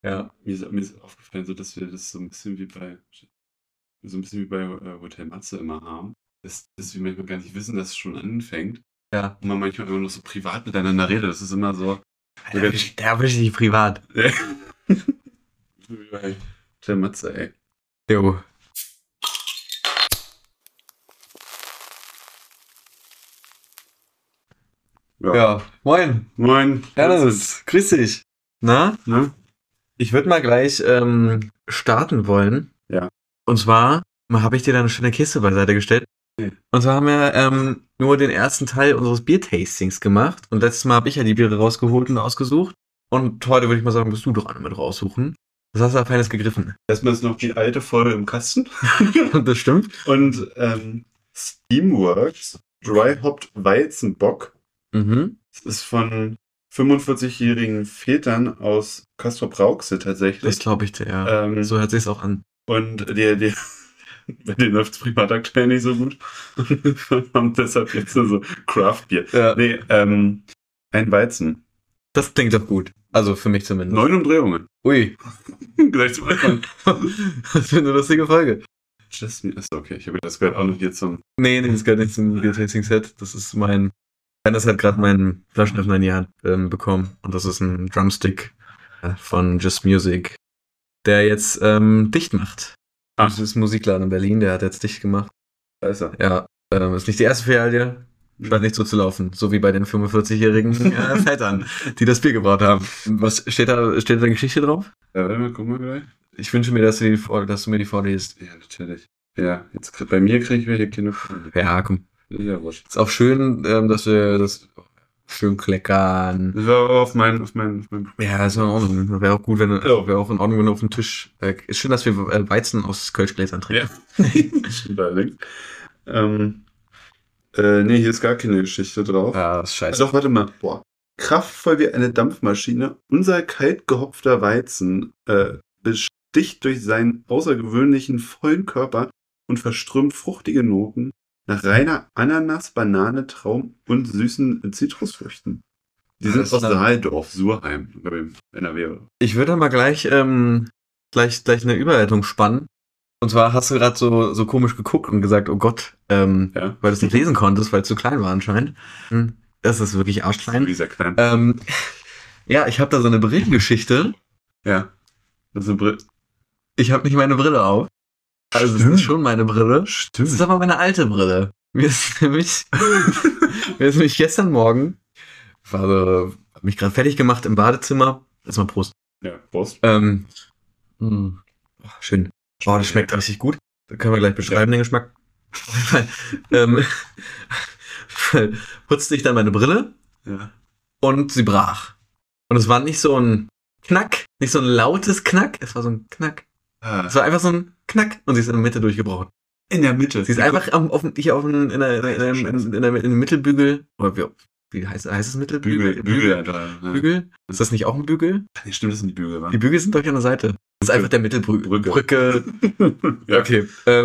Ja. Mir ist aufgefallen, so, dass wir das so ein bisschen wie bei Hotel Matze immer haben, dass wir manchmal gar nicht wissen, dass es schon anfängt Ja. und man manchmal immer noch so privat miteinander redet. Das ist immer so. Der erwischt dich privat. Wie bei Hotel Matze, ey. Jo. Ja, moin. Moin. Ernest, grüß dich. Na? Ne? Ich würde mal gleich starten wollen. Ja. Und zwar habe ich dir da eine schöne Kiste beiseite gestellt. Okay. Und zwar haben wir nur den ersten Teil unseres Biertastings gemacht. Und letztes Mal habe ich ja die Biere rausgeholt und ausgesucht. Und heute würde ich mal sagen, bist du dran mit raussuchen. Was hast du da Feines gegriffen? Erstmal ist noch die alte Folge im Kasten. Das stimmt. Und Steamworks Dry Hopped Weizenbock. Mhm. Das ist von 45-jährigen Vätern aus Castrop-Rauxel tatsächlich. Das glaube ich dir, ja. So hört sich's auch an. Und bei denen läuft es privat aktuell nicht so gut. Und deshalb jetzt so Craft-Bier. Ja. Nee, ein Weizen. Das klingt doch gut. Also für mich zumindest. 9 Umdrehungen. Ui. Gleich zum Anfang. Was für eine lustige Folge. Jasmine ist okay. Ich habe das gehört auch noch hier zum. Nee, das gehört nicht zum Biertasting-Set. Das ist Dennis hat gerade meinen Flaschenöffner in die Hand bekommen. Und das ist ein Drumstick von Just Music, der jetzt dicht macht. Ach. Das ist ein Musikladen in Berlin, der hat jetzt dicht gemacht. Da ist er. Ja, ist nicht die erste Filiale. Scheint nicht so zu laufen. So wie bei den 45-jährigen Vätern, die das Bier gebraut haben. Was steht da Geschichte drauf? Ja, warte mal, guck mal gleich. Ich wünsche mir, dass du mir die vorliest. Ja, natürlich. Ja, jetzt bei mir kriege ich wieder keine Frage. Ja, komm. Ja, wurscht. Ist auch schön, dass wir das schön kleckern. Das war aber auf mein. Ja, ist in Ordnung. Wäre auch gut, wäre auch in Ordnung, wenn du auf dem Tisch. Ist schön, dass wir Weizen aus Kölschgläsern trinken. Ja. Stimmt allerdings. Nee, hier ist gar keine Geschichte drauf. Ja, das ist scheiße. Doch, warte mal. Boah. Kraftvoll wie eine Dampfmaschine. Unser kalt gehopfter Weizen besticht durch seinen außergewöhnlichen vollen Körper und verströmt fruchtige Noten nach reiner Ananas, Banane, Traum und süßen Zitrusfrüchten. Die sind aus Saaldorf, Surheim, NRW. Ich würde mal gleich eine Überleitung spannen. Und zwar hast du gerade so komisch geguckt und gesagt, oh Gott, weil du es nicht lesen konntest, weil es zu klein war anscheinend. Das ist wirklich arschklein. Wie sehr klein. Ja, ich habe da so eine Brillengeschichte. Ja. Das ist eine Brille. Ich habe nicht meine Brille auf. Also es ist schon meine Brille. Stimmt. Das ist aber meine alte Brille. Mir ist nämlich gestern Morgen, hab mich gerade fertig gemacht im Badezimmer. Erstmal Prost. Ja, Prost. Schön. Oh, das schmeckt richtig gut. Da können wir gleich beschreiben, den Geschmack. Putzte ich dann meine Brille und sie brach. Und es war nicht so ein Knack, nicht so ein lautes Knack, es war so ein Knack. Es war einfach so ein Knack und sie ist in der Mitte durchgebrochen. In der Mitte? Sie ist einfach in dem Mittelbügel, oder wie heißt es Mittelbügel? Bügel. Bügel? Ist das nicht auch ein Bügel? Nee, stimmt, das sind die Bügel, wa? Die Bügel sind doch an der Seite. Das ist einfach der Mittelbrücke. Ja. Okay.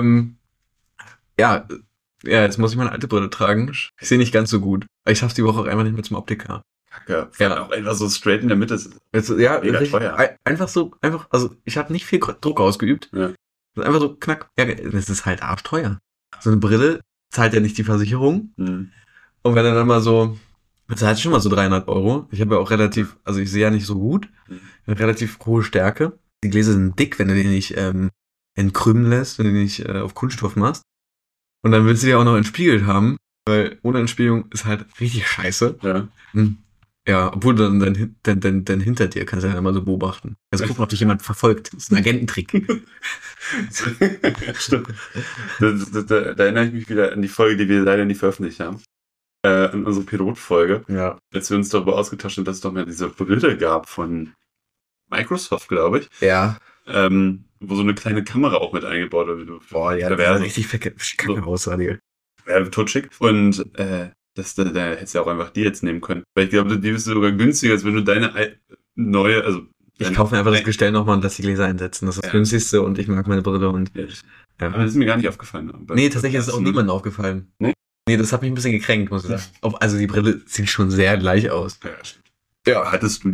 Ja, jetzt muss ich meine alte Brille tragen. Ich sehe nicht ganz so gut. Ich schaff's die Woche auch einfach nicht mehr zum Optiker. Kacke. Ja. Auch einfach so straight in der Mitte. Ja, mega teuer. Also ich habe nicht viel Druck ausgeübt. Ja. Das ist einfach so knack. Ja, das ist halt arschteuer. So eine Brille zahlt ja nicht die Versicherung. Mhm. Und wenn dann mal so, bezahlt schon mal so 300 Euro. Ich habe ja auch relativ, also ich sehe ja nicht so gut. Relativ hohe Stärke. Die Gläser sind dick, wenn du die nicht entkrümmen lässt, wenn du die nicht auf Kunststoff machst. Und dann willst du die auch noch entspiegelt haben, weil ohne Entspiegelung ist halt richtig scheiße. Ja. Ja, obwohl dann hinter dir kannst du ja immer so beobachten. Also gucken, ob dich jemand verfolgt. Das ist ein Agententrick. Stimmt. Da erinnere ich mich wieder an die Folge, die wir leider nicht veröffentlicht haben. An unsere Pilotfolge. Ja. Als wir uns darüber ausgetauscht haben, dass es doch mal diese Brille gab von Microsoft, glaube ich. Ja. Wo so eine kleine Kamera auch mit eingebaut wird. Boah, ja, da wäre richtig Kacke aussah, Digga. Wäre totschick. Und da hättest du ja auch einfach die jetzt nehmen können. Weil ich glaube, die ist sogar günstiger, als wenn du deine neue, also... Ich kaufe mir einfach das Gestell nochmal und lass die Gläser einsetzen. Das ist das günstigste und ich mag meine Brille und... Ja. Aber das ist mir gar nicht aufgefallen. Nee, tatsächlich ist es auch niemandem aufgefallen. Nee? Nee, das hat mich ein bisschen gekränkt, muss ich sagen. Also die Brille sieht schon sehr gleich aus. Ja, stimmt. Ja, hattest du die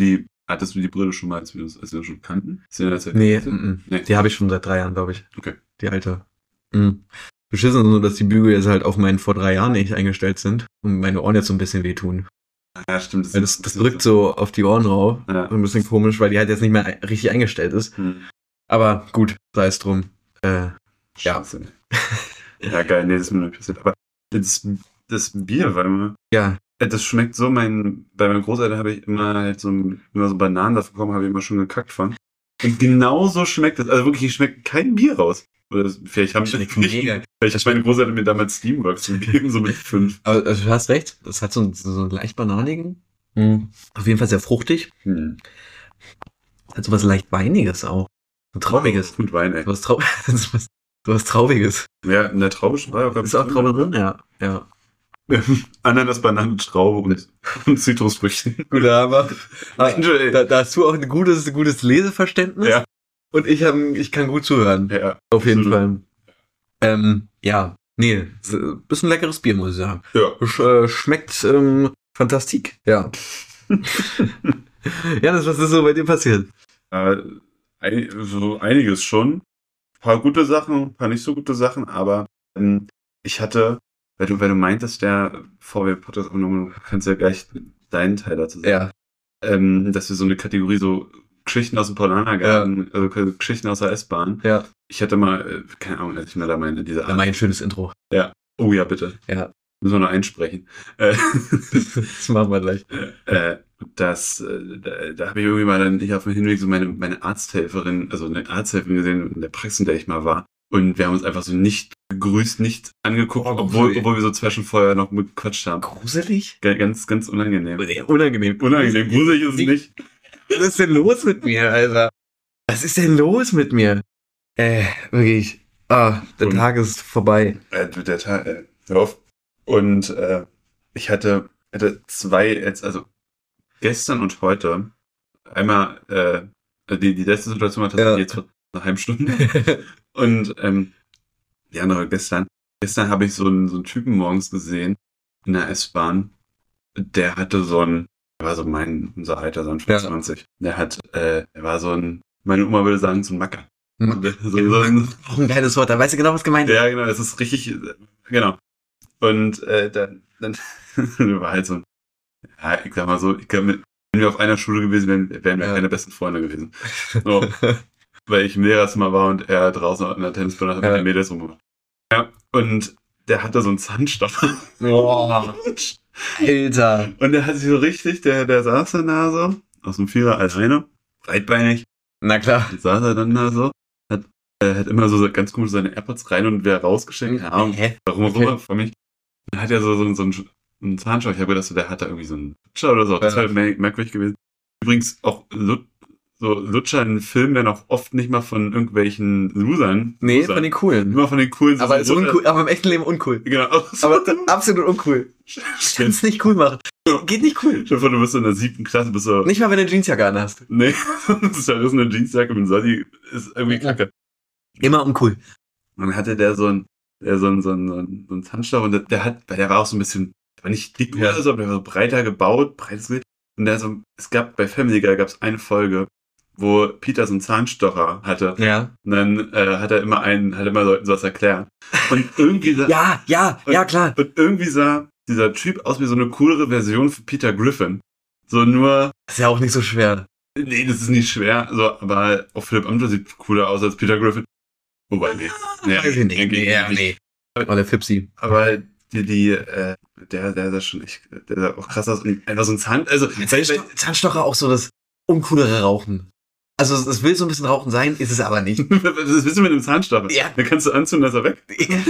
Hattest du die Brille schon mal, als wir uns schon kannten? Nee, Nee. die habe ich schon seit 3 Jahren, glaube ich. Okay. Die alte. Beschissen ist nur, dass die Bügel jetzt halt auf meinen vor 3 Jahren nicht eingestellt sind und meine Ohren jetzt so ein bisschen wehtun. Ja, stimmt. Weil das drückt so auf die Ohren rauf. Ja. So ein bisschen komisch, weil die halt jetzt nicht mehr richtig eingestellt ist. Aber gut, sei es drum. Scheiße. Ja, geil, nee, das ist mir nicht passiert. Aber das Bier, weil man. Ja. Das schmeckt so, bei meinen Großeltern habe ich immer halt immer so Bananen dafür bekommen, habe ich immer schon gekackt von. Und genauso schmeckt es. Also wirklich, ich schmeckt kein Bier raus. Oder vielleicht haben vielleicht meine Großeltern mir damals Steamworks gegeben, so mit 5. Aber also, du hast recht, das hat so einen leicht bananigen. Auf jeden Fall sehr fruchtig. Hat so was leicht Weiniges auch. So Traubiges. Und Wein, ey. So was Traubiges. Ja, in der Traube schon war Ist auch Traube drin? Ja. Ananas, Bananen, Traube und Zitrusfrüchten. Gut, aber da hast du auch ein gutes Leseverständnis. Ja. Und ich kann gut zuhören. Ja. Auf jeden Fall. Ja. Nee, bisschen leckeres Bier, muss ich sagen. Ja. Schmeckt fantastik. Ja. Ja, was ist so bei dir passiert? So einiges schon. Ein paar gute Sachen, ein paar nicht so gute Sachen, aber ich hatte, weil du meintest, bevor wir Podcast aufnehmen, kannst du ja gleich deinen Teil dazu sagen. Ja. Dass wir so eine Kategorie so Geschichten aus dem Paulanergarten, also Geschichten aus der S-Bahn. Ja. Ich hatte mal, keine Ahnung, als ich mir da meine, diese Art. Mein schönes Intro. Ja. Oh ja, bitte. Ja. Müssen wir noch einsprechen. Das machen wir gleich. Da habe ich irgendwie mal dann nicht auf dem Hinweg so meine Arzthelferin, also eine Arzthelferin gesehen in der Praxis, in der ich mal war. Und wir haben uns einfach so nicht gegrüßt, nicht angeguckt, obwohl wir so 2 Stunden vorher noch gequatscht haben. Gruselig? Ganz, ganz unangenehm. Unangenehm. Gruselig ist es nicht. Was ist denn los mit mir, Alter? Was ist denn los mit mir? Wirklich. Der Tag ist vorbei. Der Tag, hör auf. Und ich hatte 2 jetzt, also gestern und heute, einmal die letzte Situation war jetzt vor einer halben Stunde. Und die andere gestern. Gestern habe ich so einen Typen morgens gesehen in der S-Bahn. Der hatte der war so unser Alter, so ein 25. Ja. Der war meine Oma würde sagen, so ein Macker. Auch ein geiles Wort, da weißt du genau, was gemeint ist. Ja, genau, das ist richtig, genau. Und dann war halt so, ja, ich sag mal so, wenn wir auf einer Schule gewesen wären, wären wir keine besten Freunde gewesen. So, weil ich im Lehrerzimmer war und er draußen an der Tennisbahn mit den Mädels rumgemacht. Ja, und der hatte so einen Zahnstocher. Boah, Alter. Und der hat sich so richtig, der saß dann da so, aus dem Vierer alleine, breitbeinig. Na klar. Saß er dann da so, hat immer so ganz komisch seine AirPods rein und wieder rausgeschenkt. Keine Ahnung, warum auch immer, für mich. Dann hat er so einen Zahnstocher. Ich habe gedacht, der hat da irgendwie so einen Lutscher oder so. Das wäre merkwürdig gewesen. Übrigens auch Lutscher in Filmen werden auch oft nicht mal von irgendwelchen Losern. Nee, von den Coolen. Immer von den Coolen. Aber ist uncool, aber im echten Leben uncool. Genau. Aber absolut uncool. Kannst nicht cool machen. Geht nicht cool. Stell dir vor, du bist in der 7. Klasse, bist so... Nicht mal, wenn du eine Jeansjacke anhast. Nee, das ist eine Jeansjacke mit Solli, ist irgendwie kacke. Immer uncool. Und dann hatte der so einen Zahnstocher und der war auch so ein bisschen, war nicht dick oder so, aber der war so breiter gebaut, breites Bild. Und es gab bei Family Guy eine Folge, wo Peter so einen Zahnstocher hatte. Ja. Und dann hat er immer Leuten sowas erklärt. Und irgendwie klar. Und irgendwie sah dieser Typ aus wie so eine coolere Version von Peter Griffin. So nur. Das ist ja auch nicht so schwer. Nee, das ist nicht schwer. So, aber auch Philipp Amthor sieht cooler aus als Peter Griffin. Wobei, nee. Weiß ich nicht. Nee. Oder Fipsi. Aber der sah schon echt, der sah auch krass aus. Und einfach so ein Zahnstocher auch so das uncoolere Rauchen. Also es will so ein bisschen Rauchen sein, ist es aber nicht. Was willst du mit einem Zahnstocher? Ja. Den kannst du anzünden, dass er weg.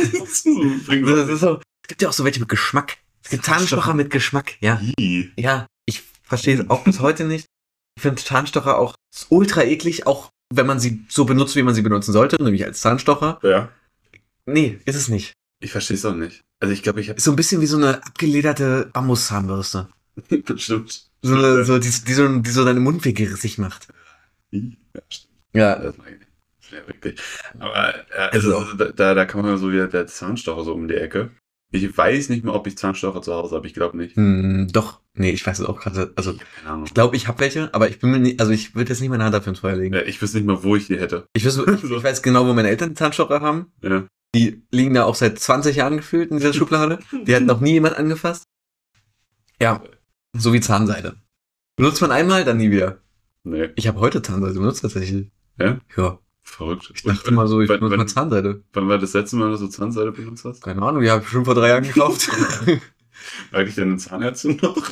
Das ist so, es gibt ja auch so welche mit Geschmack. Es gibt Zahnstocher mit Geschmack, ja. Ja, ich verstehe es auch bis heute nicht. Ich finde Zahnstocher auch ultra eklig, auch wenn man sie so benutzt, wie man sie benutzen sollte, nämlich als Zahnstocher. Ja. Nee, ist es nicht. Ich verstehe es auch nicht. Also ich glaube, ist so ein bisschen wie so eine abgelederte Bambuszahnbürste. Das stimmt. Die so deine Mundwege rissig macht. Ja, stimmt. Ja. Das mag ich nicht. Das wäre wirklich. Aber da kann man so wieder der Zahnstocher so um die Ecke. Ich weiß nicht mehr, ob ich Zahnstocher zu Hause habe. Ich glaube nicht. Doch, nee, ich weiß es auch gerade. Also, Keine Ahnung. ich glaube, ich habe welche, aber ich bin mir nicht, also ich würde jetzt nicht meine Hand dafür ins Feuer legen. Ja, ich wüsste nicht mal, wo ich die hätte. Ich weiß genau, wo meine Eltern die Zahnstocher haben. Ja. Die liegen da auch seit 20 Jahren gefühlt in dieser Schublade. Die hat noch nie jemand angefasst. Ja, so wie Zahnseide. Benutzt man einmal, dann nie wieder. Nee. Ich habe heute Zahnseide benutzt tatsächlich. Ja? Ja. Verrückt. Ich dachte mal so, ich benutze mal Zahnseide. Wann war das letzte Mal, dass du Zahnseide benutzt hast? Keine Ahnung, die habe ich schon vor 3 Jahren gekauft. Eigentlich deine Zahnärztin noch?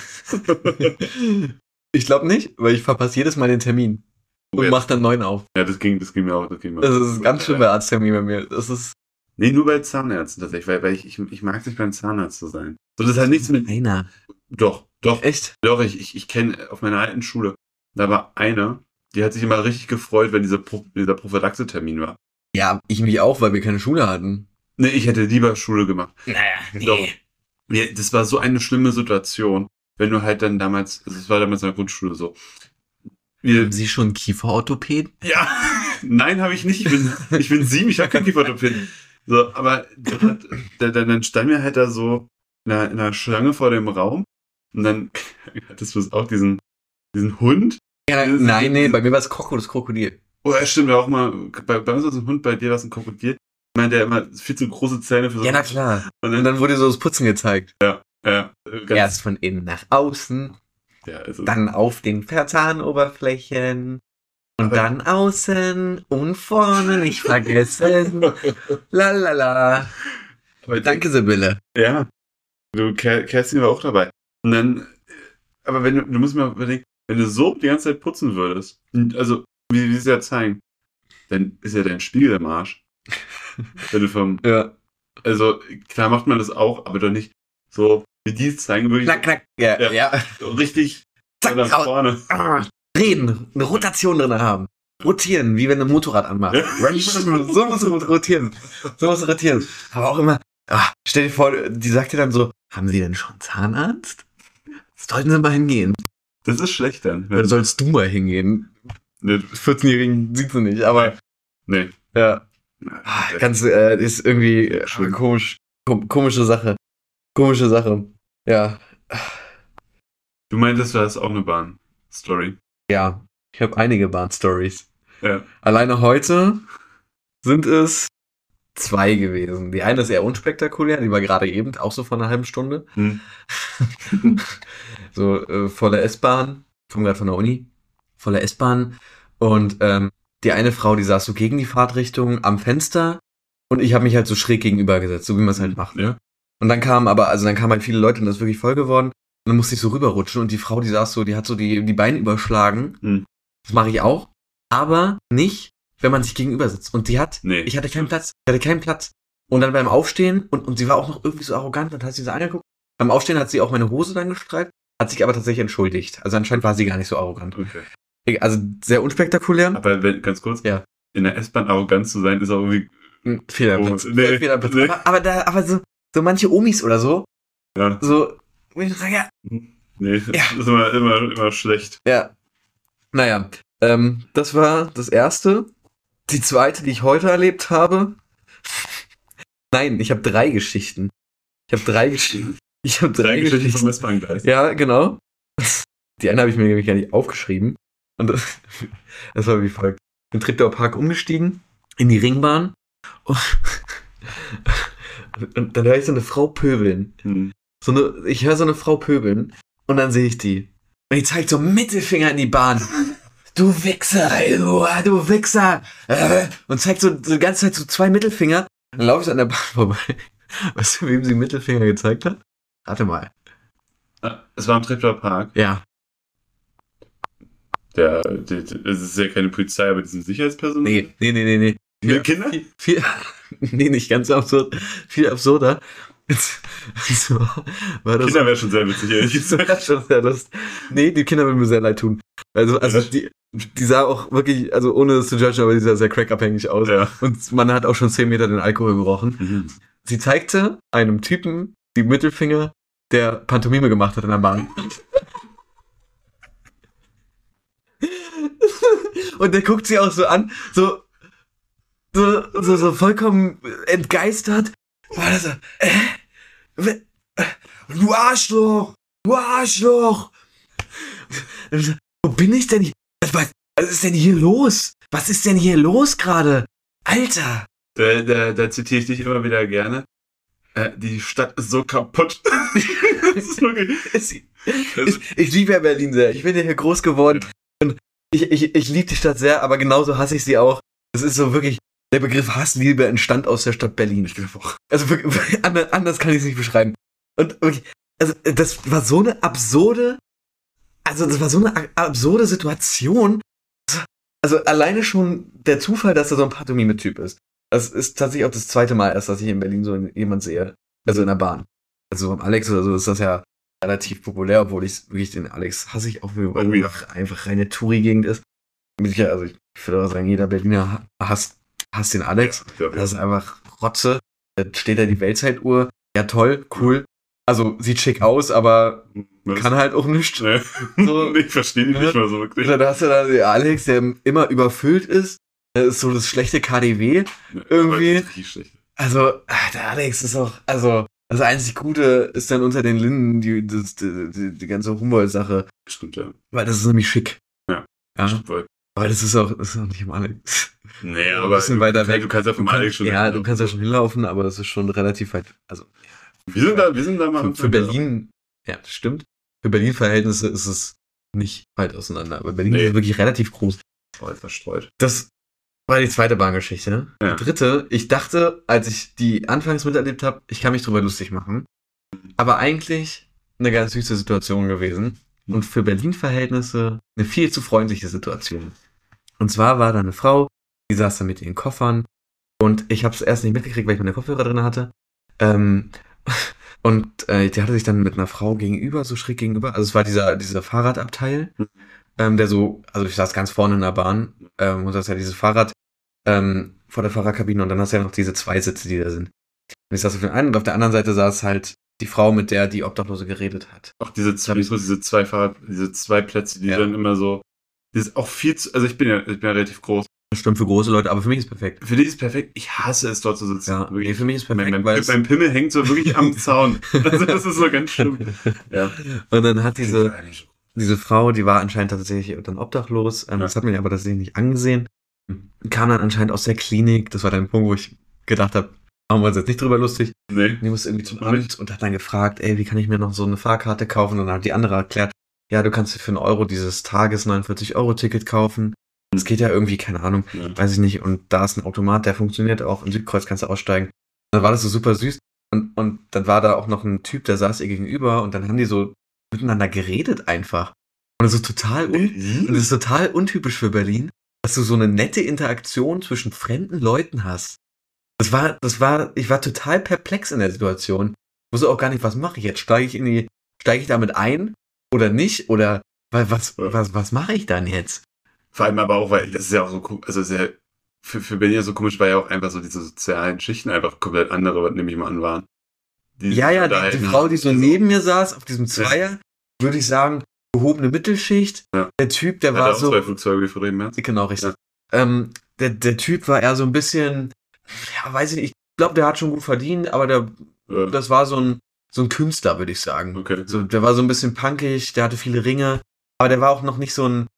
Ich glaube nicht, weil ich verpasse jedes Mal den Termin. Und ja. mach dann 9 auf. Ja, das ging mir auch. Das ist ganz schön bei Arzttermin bei mir. Das ist. Nee, nur bei Zahnärzten tatsächlich, weil ich mag es nicht beim Zahnarzt zu sein. So, das hat nichts mit. Einer. Doch. Echt? Doch, ich kenne auf meiner alten Schule, da war eine, die hat sich immer richtig gefreut, wenn dieser Prophylaxe-Termin war. Ja, ich mich auch, weil wir keine Schule hatten. Nee, ich hätte lieber Schule gemacht. Naja, nee. Doch. Ja, das war so eine schlimme Situation, wenn du halt dann damals, also es war damals in der Grundschule so. Haben Sie schon Kieferorthopäden? Ja, nein, habe ich nicht. Ich bin 7, ich habe keinen Kieferorthopäden. So, aber dann standen wir halt da so in einer Schlange vor dem Raum und dann hattest du auch diesen Hund. Ja, nein, nee, bei mir war es das Krokodil. Oh, ja, stimmt, auch mal, bei uns war es ein Hund, bei dir war es ein Krokodil. Ich meine, der immer viel zu große Zähne für so. Ja, na klar. Und dann wurde so das Putzen gezeigt. Ja. Erst von innen nach außen, ja, also, dann auf den Zahnoberflächen und dann außen und vorne nicht vergessen. Lalala. Danke, Sibylle. Ja. Kerstin war auch dabei. Und dann, aber du musst mal überlegen, wenn du so die ganze Zeit putzen würdest, also, wie sie es ja zeigen, dann ist ja dein Spiegel im Arsch. Wenn du Ja. Also, klar macht man das auch, aber doch nicht so, wie die es zeigen, wirklich. Knack, knack. Ja. So richtig Zack, nach vorne. Drehen, eine Rotation drin haben. Rotieren, wie wenn du ein Motorrad anmachst. So musst du rotieren. Aber auch immer, stell dir vor, die sagt dir dann so, haben Sie denn schon Zahnarzt? Sollten Sie mal hingehen. Das ist schlecht dann. Oder sollst du mal hingehen? Nee. 14-Jährigen sieht sie nicht, aber. Nee. Ja. Ganz, ist irgendwie komisch. Komische Sache. Ja. Du meintest, du hast auch eine Bahn-Story. Ja. Ich habe einige Bahn-Stories. Ja. Alleine heute sind es 2 gewesen. Die eine ist eher unspektakulär, die war gerade eben, auch so vor einer halben Stunde. So vor der S-Bahn, ich komme gerade von der Uni, vor der S-Bahn und die eine Frau, die saß so gegen die Fahrtrichtung am Fenster und ich habe mich halt so schräg gegenüber gesetzt, so wie man es halt macht. Ne? Und dann kamen halt viele Leute und das ist wirklich voll geworden und dann musste ich so rüberrutschen und die Frau, die saß so, die hat so die Beine überschlagen. Das mache ich auch, aber nicht, wenn man sich gegenüber sitzt. Und ich hatte keinen Platz. Und dann beim Aufstehen, und sie war auch noch irgendwie so arrogant, und hat sie so angeguckt. Beim Aufstehen hat sie auch meine Hose dann gestreift, hat sich aber tatsächlich entschuldigt. Also anscheinend war sie gar nicht so arrogant. Okay. Also sehr unspektakulär. Aber ganz kurz, ja. In der S-Bahn arrogant zu sein, ist auch irgendwie... Fehlerplatz. Nee. Aber so manche Omis oder so, ja. so, wo ich sage, ja. Nee, das ist immer schlecht. Ja. Naja, das war das erste. Die zweite, die ich heute erlebt habe. Nein, ich habe 3 Geschichten. Ich habe 3 Geschichten vom S-Bahn-Gleis. Ja, genau. Die eine habe ich mir nämlich gar nicht aufgeschrieben. Und das war wie folgt. Ich bin Treptower Park umgestiegen, in die Ringbahn. Und dann höre ich so eine Frau pöbeln. Ich höre so eine Frau pöbeln. Und dann sehe ich die. Und die zeigt so Mittelfinger in die Bahn. Du Wichser, du Wichser. Und zeigt so die ganze Zeit so 2 Mittelfinger. Dann laufe ich so an der Bahn vorbei. Weißt du, wem sie Mittelfinger gezeigt hat? Rate mal. Es war am Treptower Park. Ja. Es ist ja keine Polizei, aber die sind Sicherheitspersonen. Nee. Kinder? Nee, nicht ganz so absurd. Viel absurder. So, war das Kinder wäre schon sehr witzig, ehrlich gesagt. schon sehr lustig. Nee, die Kinder würden mir sehr leid tun. Also die sah auch wirklich, also ohne es zu judgen, aber die sah sehr crackabhängig aus. Ja. Und man hat auch schon 10 Meter den Alkohol gerochen. Sie zeigte einem Typen die Mittelfinger, der Pantomime gemacht hat in der Bahn. Und der guckt sie auch so an, so vollkommen entgeistert. War das so, Du Arschloch! Du Arschloch! Wo bin ich denn hier? Was ist denn hier los? Was ist denn hier los gerade? Alter! Da zitiere ich dich immer wieder gerne. Die Stadt ist so kaputt. Das ist wirklich, Ich liebe ja Berlin sehr. Ich bin ja hier groß geworden. Und ich liebe die Stadt sehr, aber genauso hasse ich sie auch. Es ist so wirklich, der Begriff Hassliebe entstand aus der Stadt Berlin. ich glaube auch. Also wirklich, anders kann ich es nicht beschreiben. Und wirklich, also das war so eine absurde Situation. Also alleine schon der Zufall, dass er so ein Pantomime-Typ ist. Das ist tatsächlich auch das zweite Mal erst, dass ich in Berlin so jemand sehe. Also in der Bahn. Also beim Alex oder so ist das ja relativ populär, obwohl ich wirklich den Alex hasse ich auch, weil einfach reine Touri-Gegend ist. Sicher, also ich würde auch sagen, jeder Berliner hasst den Alex. Ja. Das ist einfach Rotze. Da steht da die Weltzeituhr. Ja, toll, cool. Also sieht schick aus, aber kann halt auch nichts. Nee. So, Ich verstehe ihn nicht mal so wirklich. da hast du da den Alex, der immer überfüllt ist. Das ist so das schlechte KDW irgendwie. Richtig schlecht. Also, der Alex ist auch, also das einzig Gute ist dann unter den Linden die ganze Humboldt-Sache. Stimmt, ja. Weil das ist nämlich schick. Ja. Ja. Aber das ist auch nicht im Alex. Nee, Ein aber bisschen weiter weg. Du kannst ja vom Alex schon. Ja, du kannst ja schon hinlaufen, aber das ist schon relativ weit. Also, Wir sind da mal. für Berlin, ja, das stimmt. Für Berlin-Verhältnisse ist es nicht weit auseinander. Aber Berlin ist wirklich relativ groß. Verstreut. Das war die zweite Bahngeschichte. Ja. Die dritte, ich dachte, als ich die anfangs miterlebt habe, ich kann mich drüber lustig machen. Aber eigentlich eine ganz süße Situation gewesen. Und für Berlin-Verhältnisse eine viel zu freundliche Situation. Und zwar war da eine Frau, die saß da mit ihren Koffern. Und ich habe es erst nicht mitgekriegt, weil ich meine Kopfhörer drin hatte. Und die hatte sich dann mit einer Frau gegenüber, so schräg gegenüber. Also es war dieser Fahrradabteil, der so, also ich saß ganz vorne in der Bahn. Und das ist ja dieses Fahrrad vor der Fahrerkabine. Und dann hast du ja noch diese zwei Sitze, die da sind. Und ich saß auf der einen und auf der anderen Seite saß halt die Frau, mit der die Obdachlose geredet hat. Auch diese zwei Plätze, die dann immer so. Das ist auch viel zu. Also ich bin ja relativ groß. Das stimmt für große Leute, aber für mich ist perfekt. Für dich ist perfekt. Ich hasse es, dort zu sitzen. Ja, wirklich. Für mich ist perfekt. Mein Pimmel hängt so wirklich am Zaun. Also das ist so ganz schlimm. Ja. Und dann hat diese Frau, die war anscheinend tatsächlich dann obdachlos. Das hat mir aber tatsächlich nicht angesehen. Kam dann anscheinend aus der Klinik. Das war dann ein Punkt, wo ich gedacht habe, machen wir uns jetzt nicht drüber lustig. Nee. Die musste irgendwie zum Amt und hat dann gefragt, wie kann ich mir noch so eine Fahrkarte kaufen? Und dann hat die andere erklärt, ja, du kannst dir für 1 Euro dieses Tages 49-Euro-Ticket kaufen. Das geht ja irgendwie, keine Ahnung, weiß ich nicht. Und da ist ein Automat, der funktioniert auch. In Südkreuz kannst du aussteigen. Und dann war das so super süß. Und dann war da auch noch ein Typ, der saß ihr gegenüber. Und dann haben die so miteinander geredet einfach. Und das ist total untypisch für Berlin, dass du so eine nette Interaktion zwischen fremden Leuten hast. Ich war total perplex in der Situation. Ich wusste auch gar nicht, was mache ich jetzt? Steige ich damit ein oder nicht? Oder was mache ich dann jetzt? Vor allem aber auch, weil das ist ja auch so, also sehr, für Berlin so komisch, weil ja auch einfach so diese sozialen Schichten einfach komplett andere, was nehme ich mal an, waren. Die Frau, die so neben mir saß, auf diesem Zweier, würde ich sagen, gehobene Mittelschicht. Ja. Der Typ, der war so... 2 Flugzeuge wie Friedrich Merz. Genau, richtig. Ja. Der Typ war eher so ein bisschen, ja, weiß ich nicht, ich glaube, der hat schon gut verdient, aber das war so ein Künstler, würde ich sagen. Okay. So, der war so ein bisschen punkig, der hatte viele Ringe, aber der war auch noch nicht so ein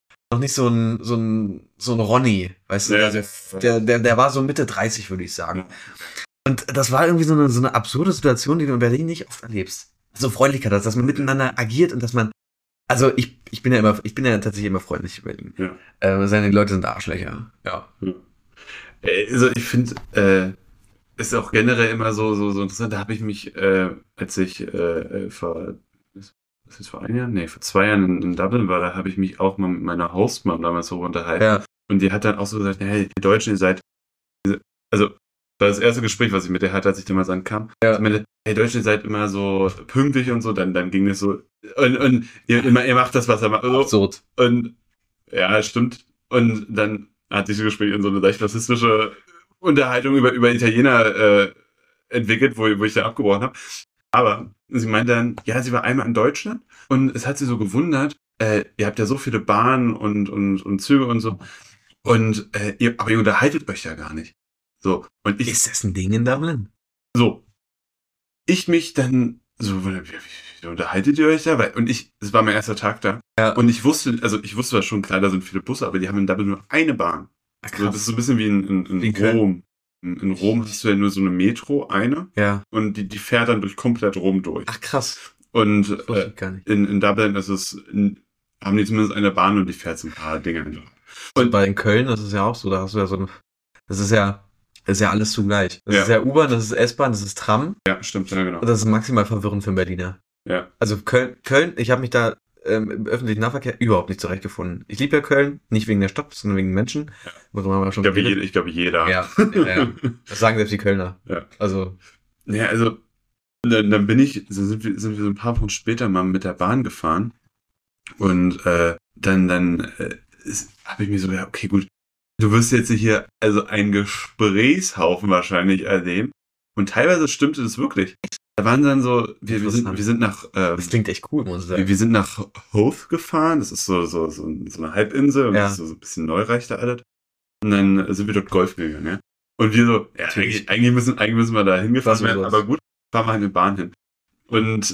Ronny, weißt du? Ja. Also der war so Mitte 30, würde ich sagen. Und das war irgendwie so eine absurde Situation, die du in Berlin nicht oft erlebst. So Freundlichkeit, dass man miteinander agiert und dass man, also ich bin ja tatsächlich immer freundlich in Berlin. Ja. Die Leute sind Arschlöcher. Ja. Also ich finde, ist auch generell immer so interessant. Da habe ich mich, als ich vor 1 Jahr? Nee, vor 2 Jahren in Dublin war, da habe ich mich auch mal mit meiner Hostmom damals so unterhalten. Ja. Und die hat dann auch so gesagt, hey, die Deutschen, ihr seid, also das war das erste Gespräch, was ich mit der hatte, als ich damals ankam. Ja. Ich meinte, hey, Deutschen, ihr seid immer so pünktlich und so, dann ging das so, und ihr macht das, was er macht. Absurd. Und ja, stimmt. Und dann hat sich das Gespräch in so eine leicht rassistische Unterhaltung über Italiener entwickelt, wo ich da abgebrochen habe. Aber sie meinte dann, ja, sie war einmal in Deutschland und es hat sie so gewundert, ihr habt ja so viele Bahnen und Züge und so, und aber ihr unterhaltet euch ja gar nicht. So, und ist das ein Ding in Dublin? So. ich mich dann so, wie unterhaltet ihr euch da? Und es war mein erster Tag da. Ja. Und ich wusste zwar schon, klar, da sind viele Busse, aber die haben in Dublin nur eine Bahn. So, das ist so ein bisschen wie in Rom. In Rom hast du ja nur so eine Metro, eine. Ja. Und die fährt dann durch komplett Rom durch. Ach, krass. Und Gar nicht. in Dublin haben die zumindest eine Bahn und die fährt so ein paar Dinge. Und bei in Köln, das ist ja auch so, da hast du ja so eine, das ist ja alles zugleich. Das ist ja U-Bahn, das ist S-Bahn, das ist Tram. Ja, stimmt, ja, genau. Und das ist maximal verwirrend für einen Berliner. Ja. Also Köln, ich habe mich da im öffentlichen Nahverkehr überhaupt nicht zurechtgefunden. Ich liebe ja Köln, nicht wegen der Stadt, sondern wegen den Menschen. Ja. Worüber haben wir schon Ich glaube, jeder. Ja. Das sagen selbst die Kölner. Ja. Also. Ja, also, dann sind wir so ein paar Wochen später mal mit der Bahn gefahren. Und dann habe ich mir so gedacht, okay, gut, du wirst jetzt hier also einen Gesprächshaufen wahrscheinlich erleben. Und teilweise stimmte das wirklich. Da waren dann so, wir sind nach das klingt echt cool, muss ich sagen. wir sind nach Howth gefahren. Das ist so eine Halbinsel und Ja. das ist so ein bisschen neureich da alles. Und dann sind wir dort Golf gegangen, ja. Und wir so, ja, eigentlich müssen wir da hingefahren werden, aber gut, fahren wir halt mit Bahn hin. Und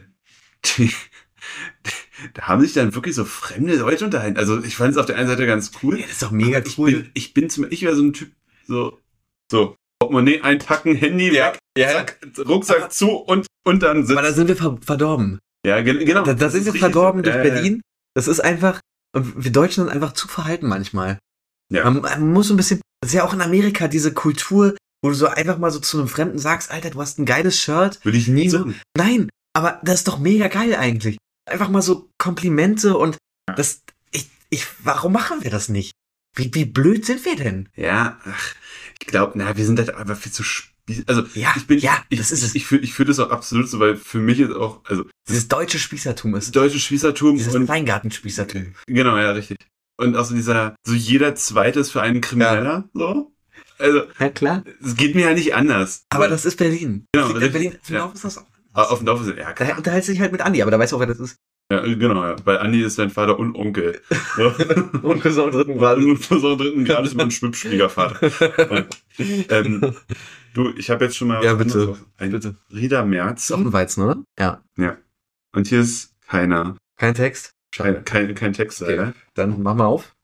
da haben sich dann wirklich so fremde Leute unterhalten. Also ich fand es auf der einen Seite ganz cool. Ja, das ist doch mega cool. Ich wäre so ein Typ, so Portemonnaie einpacken, Handy weg, zack, Rucksack zu und dann sitzen. Aber da sind wir verdorben. Ja, genau. Da sind wir richtig verdorben so. durch Berlin. Das ist einfach, und wir Deutschen sind einfach zu verhalten manchmal. Ja. Man muss so ein bisschen, das ist ja auch in Amerika diese Kultur, wo du so einfach mal so zu einem Fremden sagst, Alter, du hast ein geiles Shirt. Würde ich nie sagen. Nein, aber das ist doch mega geil eigentlich. Einfach mal so Komplimente und das, warum machen wir das nicht? Wie blöd sind wir denn? Ja, ich glaube, wir sind halt einfach viel zu also das ist es. Ich fühle das auch absolut so, weil für mich ist auch, also Dieses deutsche Spießertum ist. das deutsche Spießertum Dieses und Weingartenspießertum. genau, ja, richtig. Und auch so jeder Zweite ist für einen Krimineller, so. Also, Ja, klar. es geht mir ja nicht anders. Aber das ist Berlin. Genau, Das liegt in Berlin. richtig, Auf dem Dorf ist das auch. Auf dem Dorf ist ja Da klar. unterhältst du dich halt mit Andi, aber da weißt du auch, wer das ist. Ja, genau, ja. Weil Andi ist dein Vater und Onkel. So. Und bis am dritten Grad. Und für so einen dritten Grad ist mein Schwibschwiegervater. Du, ich habe jetzt schon mal Ja, bitte. Ein Rieder Merz. Ist auch ein Weizen, oder? Ja. Ja. Und hier ist keiner. Kein Text? Kein Text, Okay. leider. Dann mach mal auf.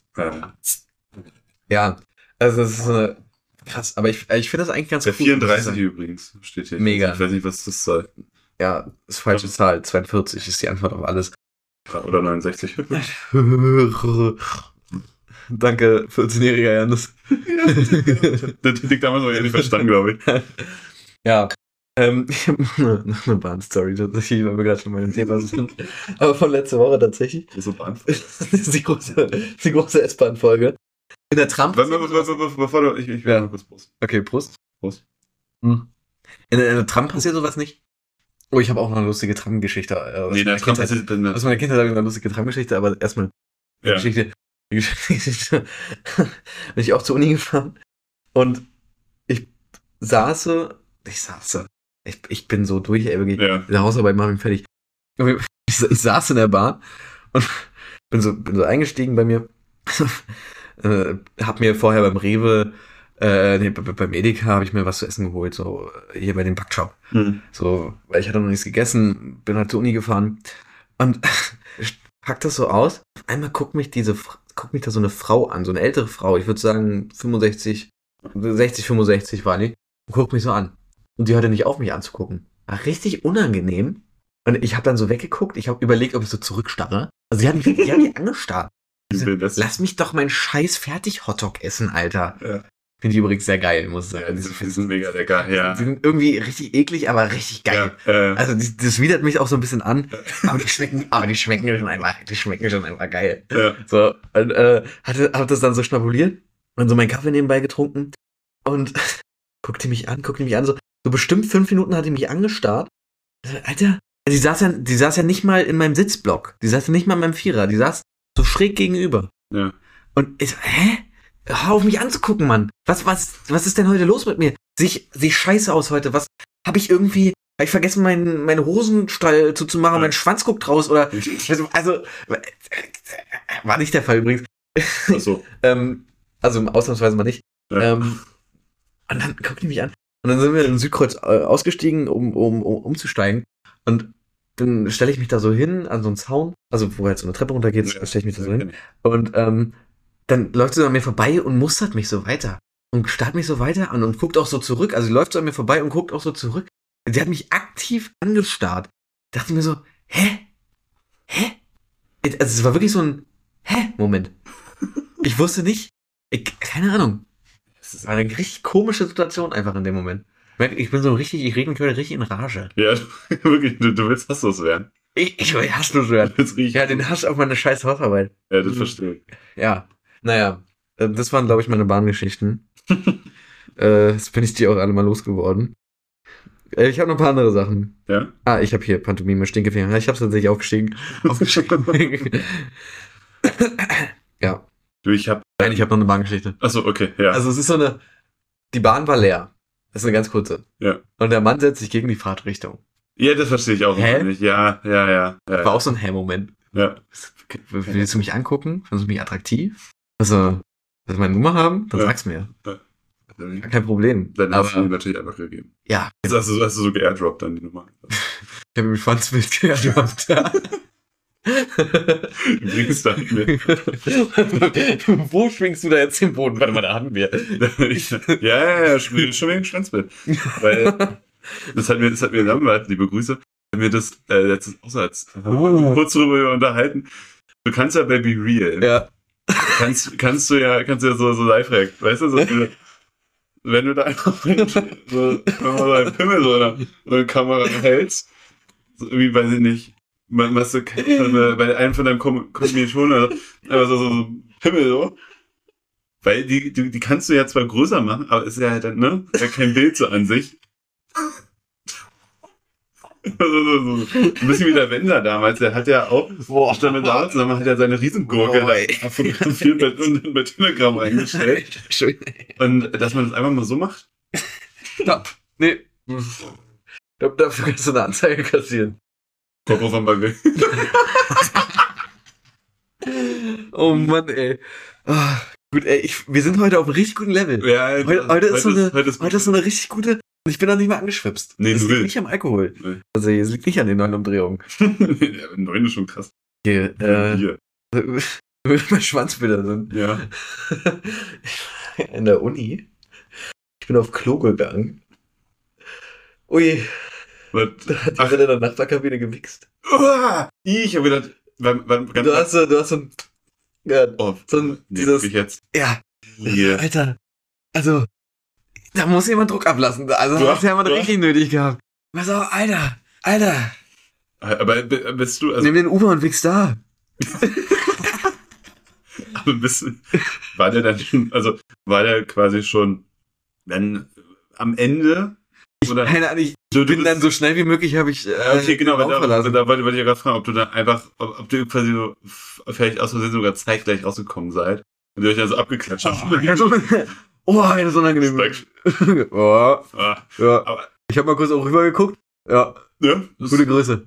Ja. Also das ist krass, aber ich finde das eigentlich ganz Der cool. 34 übrigens steht hier. Mega. Ich weiß nicht, was das soll. Ja, ist falsche Zahl. 42 ist die Antwort auf alles. Oder 69. Danke, 14-jähriger Janis. Der Titik damals noch nicht verstanden, glaube ich. Ja. Ich habe noch eine Bahnstory tatsächlich, weil wir gerade schon mal im Thema sind. Aber von letzter Woche tatsächlich. So Bahn. Das ist die große S-Bahn-Folge. In der Tram. Bevor du, ich will Ja. mal kurz Prost. Okay, Prost. Prost. In der Tram passiert sowas nicht. Oh, ich habe auch noch eine lustige Tram-Geschichte. Nee, der Tram passiert dann. Aus meiner Kindheit habe ich eine lustige Tram-Geschichte, aber erstmal Ja. Die Geschichte. Bin ich auch zur Uni gefahren und ich bin so durch, ey, wirklich. Ja. In der Hausarbeit mache ich mich fertig. Ich saß in der Bahn und bin so eingestiegen bei mir. Hab mir vorher beim Rewe, beim Edeka habe ich mir was zu essen geholt, so hier bei dem Backshop. So, weil ich hatte noch nichts gegessen, bin halt zur Uni gefahren und pack das so aus. Auf einmal guckt mich da so eine Frau an, so eine ältere Frau, ich würde sagen 65 war die, und guckt mich so an. Und die hörte nicht auf, mich anzugucken. War richtig unangenehm. Und ich habe dann so weggeguckt, ich habe überlegt, ob ich so zurückstarre. Also die hat mich angestarrt. Lass mich doch meinen scheiß Fertig-Hotdog essen, Alter. Ja. Finde ich übrigens sehr geil, muss ich sagen. Ja, die sind mega lecker, ja. Die sind irgendwie richtig eklig, aber richtig geil. Ja, Also das widert mich auch so ein bisschen an, aber die schmecken schon einfach geil. ja. So, und hab das dann so schnabuliert und so meinen Kaffee nebenbei getrunken und guckte mich an, so bestimmt 5 Minuten hat die mich angestarrt. Alter, die saß ja nicht mal in meinem Sitzblock, die saß ja nicht mal in meinem Vierer, die saß so schräg gegenüber. Ja. Und ich so, hör auf mich anzugucken, Mann. Was ist denn heute los mit mir? Sehe scheiße aus heute. Hab ich vergessen, meine Hosenstall zuzumachen, mein Schwanz guckt raus oder, also, war nicht der Fall übrigens. Ach so. Also ausnahmsweise mal nicht. Ja. Und dann guckt die mich an. Und dann sind wir in Südkreuz ausgestiegen, um umzusteigen. Und dann stelle ich mich da so hin, an so einen Zaun, also wo halt so eine Treppe runtergeht, stelle ich mich da so hin. Und dann läuft sie an mir vorbei und mustert mich so weiter. Und starrt mich so weiter an und guckt auch so zurück. Also sie läuft so an mir vorbei und guckt auch so zurück. Sie hat mich aktiv angestarrt. Dachte mir so, hä? Also es war wirklich so ein Moment. Ich wusste nicht, keine Ahnung. Es war eine richtig komische Situation einfach in dem Moment. Ich bin so richtig, ich rede mich heute richtig in Rage. Ja, wirklich, du willst hasslos werden. Ich will hasslos werden. Ja, den Hass auf meine scheiß Hausarbeit. Ja, das verstehe ich. Ja, naja, das waren, glaube ich, meine Bahngeschichten. Jetzt bin ich die auch alle mal losgeworden. Ich habe noch ein paar andere Sachen. Ja? Ich habe hier Pantomime, Stinkefinger. Ich habe es tatsächlich aufgeschrieben. Ja. Du, ich habe noch eine Bahngeschichte. Achso, okay, ja. Also es ist die Bahn war leer. Das ist eine ganz kurze. Ja. Und der Mann setzt sich gegen die Fahrtrichtung. Ja, das verstehe ich auch nicht. Ja. War auch so ein Moment. Ja. Willst du mich angucken? Findest du mich attraktiv? Also, willst du meine Nummer haben? Dann sag's mir. Ja. Kein Problem. Dann hast du mir natürlich einfach gegeben. Ja. Jetzt hast du so geairdroppt dann die Nummer. Ich habe mir Schwanzbild geairdroppt. Übrigens da mit. Wo schwingst du da jetzt den Boden? Warte mal, da haben wir. Ja, schon wegen Schwanzbild. Weil das hat mir damals, liebe Grüße, hat mir das letztes Aussatz kurz drüber unterhalten. Du kannst ja bei Be Real. Ja. Kannst du ja so live-react, weißt du? So, wenn du da einfach so einen Pimmel so eine Kamera hältst, so irgendwie, weiß ich nicht, was du bei einem von deinen Kombinationen, einfach so ein Pimmel so. Weil die kannst du ja zwar größer machen, aber ist ja halt dann, ne? Ist ja kein Bild so an sich. So. Ein bisschen wie der Wendler damals, der hat ja auch damit da zusammen, hat ja seine Riesengurke da fotografiert und bei Telegram eingestellt. Und dass man das einfach mal so macht? Ja, nee. Dafür kannst du eine Anzeige kassieren. Popo von Bagel. Oh Mann, ey. Gut, ey, wir sind heute auf einem richtig guten Level. Ja, heute ist so eine richtig gute. Ich bin noch nicht mal angeschwipst. Nee, das liegt nicht am Alkohol. Nee. Also es liegt nicht an den 9 Umdrehungen. 9 ist schon krass. Okay, mein Schwanzbilder sind. Ja. In der Uni. Ich bin auf Klo gegangen. Ui. Da hat die in der Nachbarkabine gewichst. Ich hab gedacht, du hast so ein. Ja, dieses. Jetzt. Ja. Yeah. Alter. Also. Da muss jemand Druck ablassen. Also das hat man richtig nötig gehabt. Also, Alter. Aber bist du... Also, nimm den Uber und wichs da. Aber war der dann schon... Also, war der quasi schon dann am Ende... Oder, keine Ahnung, ich bin dann so schnell wie möglich, habe ich... okay, genau, da wollte ich ja gerade fragen, ob du dann einfach... Ob du quasi so vielleicht aus Versehen sogar zeitgleich rausgekommen seid. Und ihr euch dann so abgeklatscht habt. Oh, eine so unangenehme. Ja. Aber ich habe mal kurz auch rübergeguckt. Ja. Gute Grüße.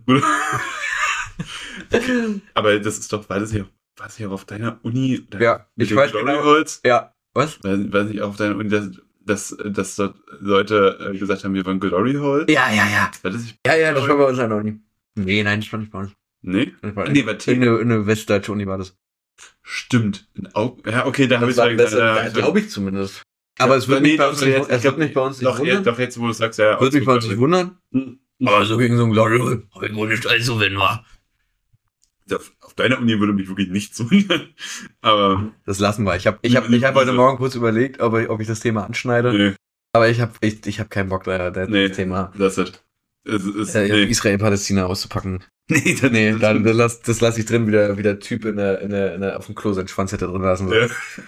Aber das ist doch, war das ja auch auf deiner Uni? Ja, ich weiß genau. Ja. Was? War nicht auch auf deiner Uni, dass dort Leute gesagt haben, wir wollen Glory Hole? Ja. Das war bei uns an der Uni. Nee, nein, das war nicht bei uns. Nee? Eine westdeutsche Uni war das. Stimmt. Ja, okay, da habe ich es gesagt. Glaube ich zumindest. Aber es wird nicht bei uns wundern. Doch, jetzt, wo du sagst, ja. Wird mich bei uns nicht wundern. Aber so gegen so ein Glory Hole nicht allzu wenn war. Auf deiner Uni würde mich wirklich nichts wundern. Aber. Das lassen wir. Ich hab heute Morgen kurz überlegt, ob ich das Thema anschneide. Nee. Aber ich hab keinen Bock, das Thema. Das ist Israel-Palästina auszupacken. Das lasse ich drin, wie der Typ auf dem Klo seinen Schwanz hätte drin lassen. Ja.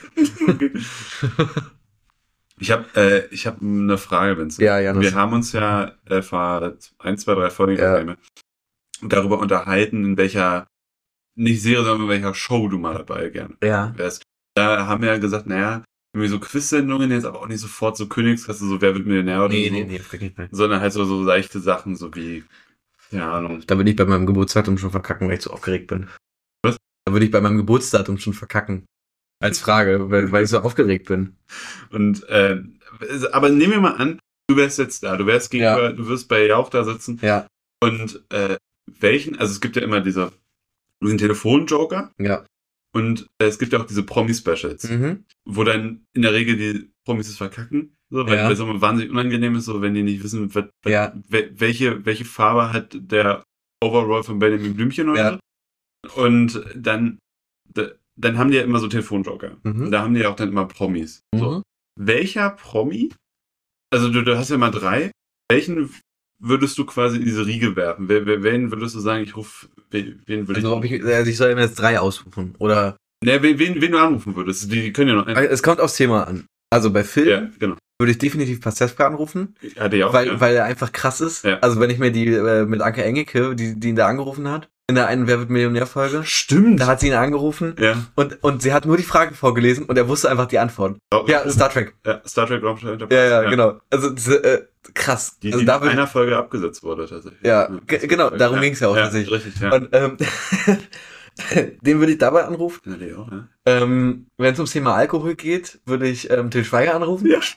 Ich hab eine Frage, Vincent. Ja, wir haben uns ja vor 1, 2, 3 Folgen darüber unterhalten, in welcher, nicht Serie, sondern in welcher Show du mal dabei gerne wärst. Da haben wir ja gesagt, irgendwie so Quiz-Sendungen, jetzt aber auch nicht sofort so Königskasse, so Wer wird Millionär oder so. Nee, wirklich nicht. Sondern halt so leichte Sachen, so wie, keine Ahnung. Da würde ich bei meinem Geburtsdatum schon verkacken, weil ich so aufgeregt bin. Was? Da würde ich bei meinem Geburtsdatum schon verkacken. Als Frage, weil ich so aufgeregt bin. Und, aber nehmen wir mal an, du wärst jetzt da, du wärst gegenüber, du wirst bei Jauch da sitzen. Ja. Und also es gibt ja immer diesen Telefonjoker. Ja. Und es gibt ja auch diese Promi-Specials, wo dann in der Regel die Promis es verkacken. So, weil es immer wahnsinnig unangenehm ist, so, wenn die nicht wissen, welche Farbe hat der Overall von Benjamin Blümchen oder so. Und dann haben die ja immer so Telefonjoker. Und da haben die ja auch dann immer Promis. So. Welcher Promi, also du hast ja mal 3, welchen würdest du quasi in diese Riege werfen? Wen würdest du sagen, wen würde ich soll mir jetzt 3 ausrufen, oder? Ne, wen du anrufen würdest, die können ja noch... Es kommt aufs Thema an. Also bei Filmen genau. würde ich definitiv Pastewka anrufen, auch, weil er einfach krass ist. Ja. Also wenn ich mir die mit Anke Engelke, die ihn da angerufen hat, in der einen Wer wird Millionär-Folge. Stimmt. Da hat sie ihn angerufen und sie hat nur die Frage vorgelesen und er wusste einfach die Antwort. Ja, Star Trek. Ja, Star Trek Raumschiff Enterprise. Ja, genau. Also krass. Die also in einer Folge abgesetzt wurde tatsächlich. Ja, genau, darum ging es ja auch tatsächlich. Richtig, ja. Und den würde ich dabei anrufen. Ja, die auch, ja. Wenn es ums Thema Alkohol geht, würde ich Til Schweiger anrufen. Ja.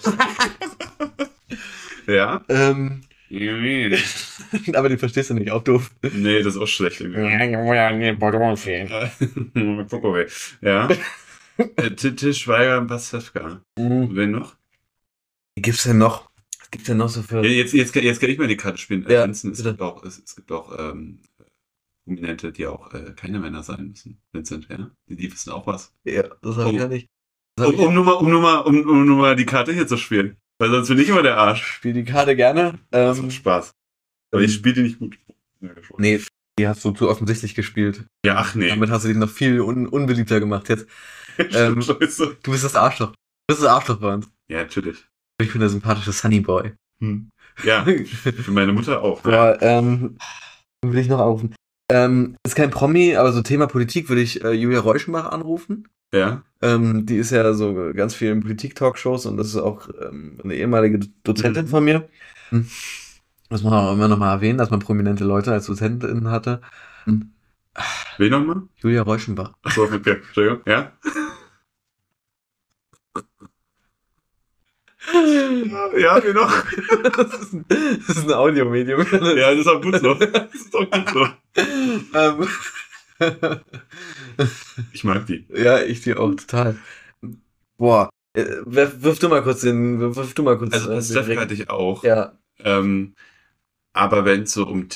Ja. Aber den verstehst du nicht, auch doof. Nee, das ist auch schlecht. Ja. Til Schweiger und Pastewka. Wen noch? Wie gibt's denn noch? Was gibt's denn noch so für... Jetzt kann ich mal die Karte spielen. Ja, es gibt auch Prominente, die auch keine Männer sein müssen. Vincent, ja? Die wissen auch was. Ja, das habe ich ja nicht. Um nur mal die Karte hier zu spielen. Weil sonst bin ich immer der Arsch. Spiel die Karte gerne. Das macht Spaß. Aber ich spiele die nicht gut. Nee, die hast du zu offensichtlich gespielt. Ja, ach nee. Damit hast du die noch viel unbeliebter gemacht jetzt. Du bist das Arschloch. Du bist das Arschloch bei uns. Ja, natürlich. Ich bin der sympathische Sunnyboy. Ja, für meine Mutter auch. Boah, will ich noch anrufen. Ist kein Promi, aber so Thema Politik würde ich Julia Reuschenbach anrufen. Ja. Die ist ja so ganz viel in Politik-Talkshows und das ist auch eine ehemalige Dozentin von mir. Das muss man auch immer noch mal erwähnen, dass man prominente Leute als Dozentin hatte. Wen nochmal? Julia Reuschenbach. Achso, okay. Entschuldigung. Ja? Ja, wie noch? Das ist ein Audiomedium. Ja, das ist auch gut so. Ich mag die. Ja, ich die auch total. Boah, wirf du mal kurz. Also Pastewka hatte ich auch. Ja. Aber wenn es so um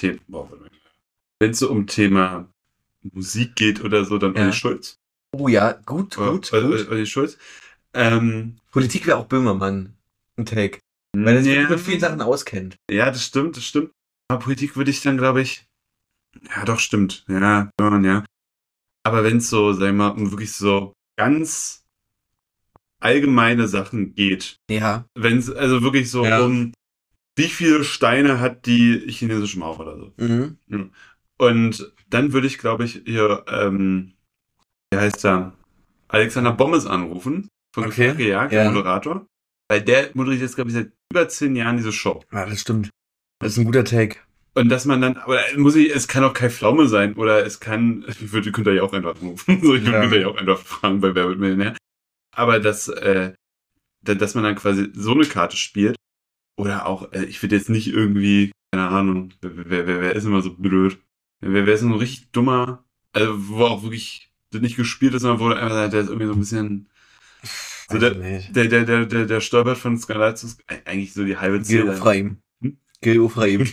Thema Musik geht oder so, dann Olli Schulz. Oh ja, gut. Olli Schulz. Politik wäre auch Böhmermann ein Take. Weil er sich mit vielen Sachen auskennt. Ja, das stimmt. Aber Politik würde ich dann, glaube ich... Ja, doch, stimmt. Ja, ja. Aber wenn es so, sag ich mal, um wirklich so ganz allgemeine Sachen geht. Ja. Wenn es also wirklich so um wie viele Steine hat die chinesische Mauer oder so. Ja. Und dann würde ich, glaube ich, hier, wie heißt der? Alexander Bommes anrufen. Von Gefährgejagd, der Moderator. Weil der moderiert jetzt, glaube ich, seit über 10 Jahren diese Show. Ja, das stimmt. Das ist ein guter Take. Und dass man dann, aber es kann auch Kai Pflaume sein, oder es kann, könnt ihr ja auch einfach anrufen. So, ich würde ja auch einfach fragen, bei Wer wird Millionär. Aber dass man dann quasi so eine Karte spielt, oder auch, ich würde jetzt nicht irgendwie, keine Ahnung, wer ist immer so blöd? Wer ist so ein richtig dummer, also wo auch wirklich nicht gespielt ist, sondern wo einfach, der ist irgendwie so ein bisschen, so der stolpert von Skylight zu eigentlich so die halbe Zeit. Gil Ofraim.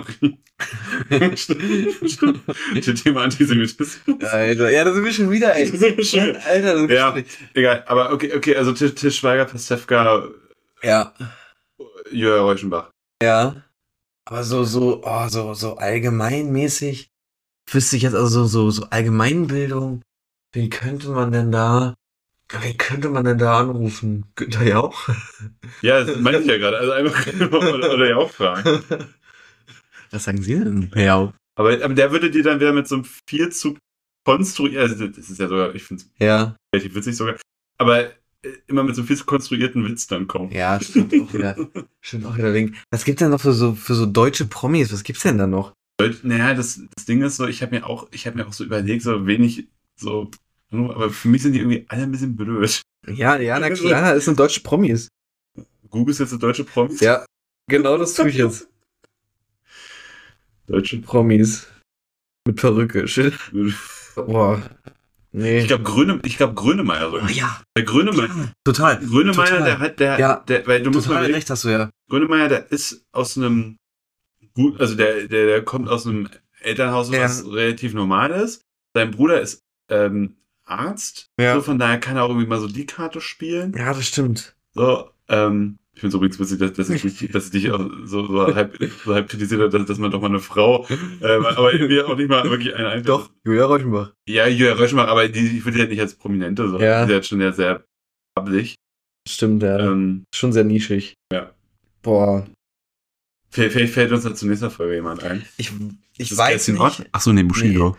Stimmt. Thema Antisemitismus. Alter, ja, da sind wir schon wieder, ey. Alter, das ist ja, egal. Aber okay, also Til Schweiger, Pastewka. Ja. Julia Reuschenbach. Ja. Aber so allgemeinmäßig wüsste ich jetzt also so Allgemeinbildung. Wen könnte man denn da anrufen? Günther Jauch? Ja, das meine ich ja gerade. Also einfach oder Jauch fragen. Was sagen Sie denn, Herr Jauch? Aber der würde dir dann wieder mit so einem viel zu konstruierten, also das ist ja sogar, ich finde es relativ witzig sogar, aber immer mit so einem viel zu konstruierten Witz dann kommen. Ja, stimmt auch wieder. Was gibt's denn noch für so deutsche Promis? Was gibt's denn da noch? Naja, das Ding ist so, ich habe mir auch so überlegt, so wenig so, aber für mich sind die irgendwie alle ein bisschen blöd. Ja, na klar, es sind deutsche Promis. Google ist jetzt eine deutsche Promis? Ja, Genau das tue ich jetzt. Deutsche Promis. Mit Perücke. Shit. Boah. Nee. Ich glaube Grönemeyer sogar. Oh ja. Der Grönemeyer. Total. Grönemeyer, Total. weil du musst mal Total überlegen, recht hast du ja. Grönemeyer, der ist aus einem gut, also der kommt aus einem Elternhaus, was relativ normal ist. Sein Bruder ist Arzt. Ja. So, von daher kann er auch irgendwie mal so die Karte spielen. Ja, das stimmt. So, ich finde es übrigens witzig, dass ich dich auch so halb kritisiert habe, dass man doch mal eine Frau, aber irgendwie auch nicht mal wirklich eine einstellt. Doch, Julia Reuschenbach. Ja, Julia Reuschenbach, aber ich würde die halt nicht als Prominente so. Ja. Die ist halt schon sehr public. Stimmt, ja. Schon sehr nischig. Ja. Boah. Vielleicht fällt uns da zur nächsten Folge jemand ein. Ich weiß nicht. Achso, nee, Bushido.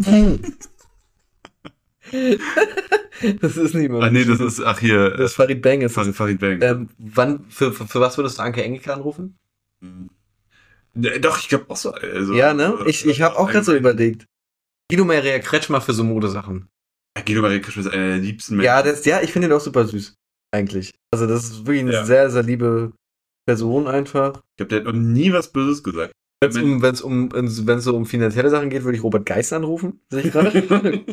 Das ist nicht mehr. Ach nee, das ist, hier. Das ist Farid Bang. Farid Bang. Für was würdest du Anke Engelke anrufen? Doch, ich glaube auch so. Also, ja, ne? Ich habe auch gerade so überlegt. Guido Maria Kretschmer für so Modesachen. Ja, Guido Maria Kretschmer ist einer der liebsten Menschen. Ja, ich finde ihn auch super süß. Eigentlich. Also, das ist wirklich eine sehr, sehr liebe Person einfach. Ich glaube, der hat noch nie was Böses gesagt. Wenn es so um finanzielle Sachen geht, würde ich Robert Geist anrufen. Sehe ich gerade.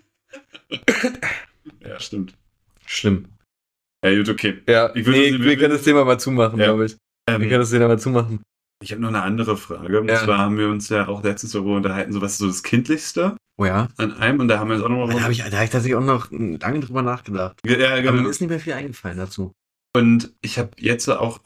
Ja, stimmt. Schlimm. Ja, gut, okay. Ja, wir können das Thema mal zumachen, glaube ich. Wir können das Thema mal zumachen. Ich habe noch eine andere Frage. Und zwar haben wir uns ja auch letztens darüber unterhalten, so was ist so das Kindlichste an einem. Und da haben wir uns auch noch mal... Da habe ich tatsächlich auch noch lange drüber nachgedacht. Ja, genau. Aber mir ist nicht mehr viel eingefallen dazu. Und ich habe jetzt auch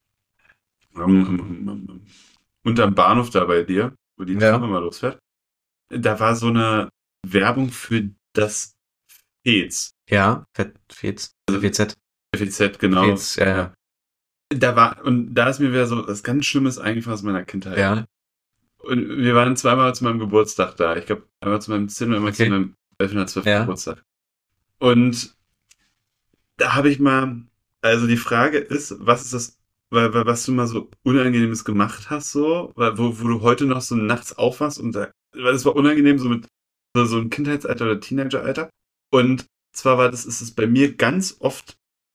unterm Bahnhof da bei dir, wo die Tram immer losfährt, da war so eine Werbung für das FEZ. Ja, FEZ. Also FEZ. FEZ, genau. FEZ, ja. Da ist mir wieder so was ganz Schlimmes eingefallen aus meiner Kindheit. Ja. Und wir waren zweimal zu meinem Geburtstag da. Ich glaube, einmal zu meinem 10. und einmal zu meinem 11. oder 12. Geburtstag. Und da habe ich mal, also die Frage ist, was ist das, was du mal so Unangenehmes gemacht hast, so, wo du heute noch so nachts aufwachst und weil das war unangenehm, so mit so einem Kindheitsalter oder Teenageralter. Und zwar ist es bei mir ganz oft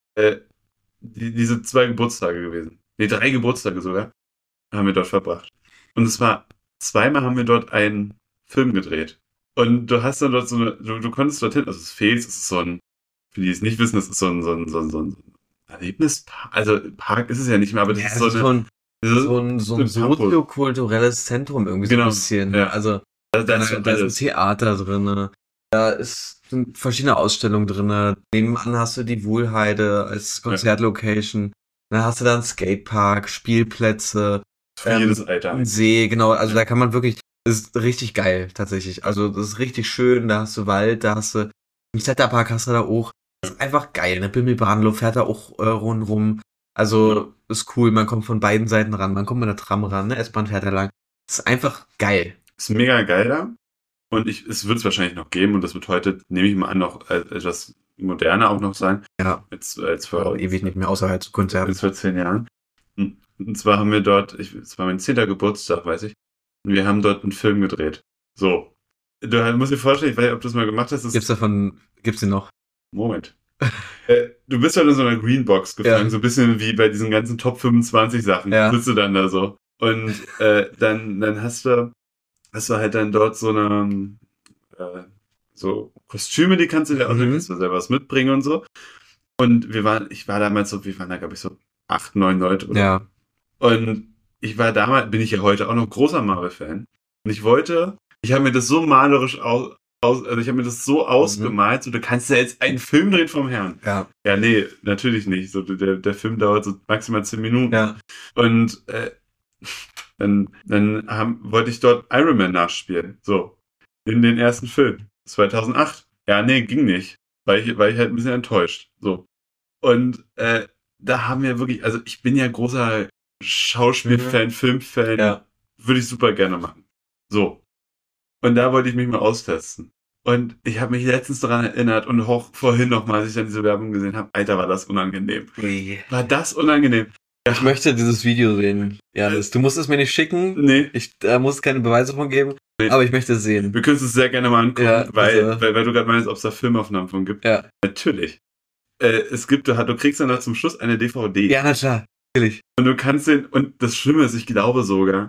diese 2 Geburtstage gewesen. Nee, 3 Geburtstage sogar haben wir dort verbracht. Und es war, zweimal haben wir dort einen Film gedreht. Und du hast dann dort so eine, du konntest dorthin, also es fehlt, es ist so ein, für die es nicht wissen, das ist so ein Erlebnispark, also Park ist es ja nicht mehr, aber das ist so ein soziokulturelles Zentrum irgendwie so ein bisschen. Ja. Also da ist ein Theater drin, da sind verschiedene Ausstellungen drin. Nebenan hast du die Wuhlheide als Konzertlocation. Dann hast du da einen Skatepark, Spielplätze, für jedes Alter. Ein See, genau. Also da kann man wirklich, das ist richtig geil tatsächlich. Also das ist richtig schön. Da hast du Wald, da hast du im Kletterpark hast du da auch. Das ist einfach geil. Ne? Bimmelbahnhof fährt da auch rundrum. Also ist cool. Man kommt von beiden Seiten ran. Man kommt mit der Tram ran. Ne? S-Bahn fährt da lang. Das ist einfach geil. Ist mega geil da. Und es wird es wahrscheinlich noch geben. Und das wird heute, nehme ich mal an, noch etwas moderner auch noch sein. Ja. Als vor ewig nicht mehr, außer halt zu Konzerten. Als vor 10 Jahren. Und zwar haben wir dort, es war mein 10. Geburtstag, weiß ich. Und wir haben dort einen Film gedreht. So. Du musst dir vorstellen, ich weiß nicht, ob du das mal gemacht hast. Gibt's den noch? Moment. Du bist halt in so einer Greenbox gefangen, so ein bisschen wie bei diesen ganzen Top 25 Sachen. Ja. Sitzt du dann da so. Und dann hast du halt dann dort so eine so Kostüme, die kannst du dir auch selber was mitbringen und so. Und wir waren da, glaube ich, so 8, 9 Leute oder ja. Und bin ich ja heute auch noch großer Marvel-Fan. Und ich habe mir das so malerisch also ich habe mir das so ausgemalt, so du kannst ja jetzt einen Film drehen vom Herrn. Ja. Ja, nee, natürlich nicht. So, der Film dauert so maximal 10 Minuten. Ja. Und dann wollte ich dort Iron Man nachspielen. So. In den ersten Film. 2008. Ja, nee, ging nicht. Weil ich halt ein bisschen enttäuscht. So. Und da haben wir wirklich, also ich bin ja großer Schauspielfan, Filmfan. Ja. Würde ich super gerne machen. So. Und da wollte ich mich mal austesten. Und ich habe mich letztens daran erinnert und auch vorhin nochmal, als ich dann diese Werbung gesehen habe, Alter, war das unangenehm. War das unangenehm. Ja. Ich möchte dieses Video sehen. Janis, du musst es mir nicht schicken. Nee. Da muss es keine Beweise von geben. Nee. Aber ich möchte es sehen. Wir können es sehr gerne mal angucken, weil du gerade meinst, ob es da Filmaufnahmen von gibt. Ja. Natürlich. Du kriegst dann noch zum Schluss eine DVD. Ja, na klar. Ehrlich. Und du kannst und das Schlimme ist, ich glaube sogar,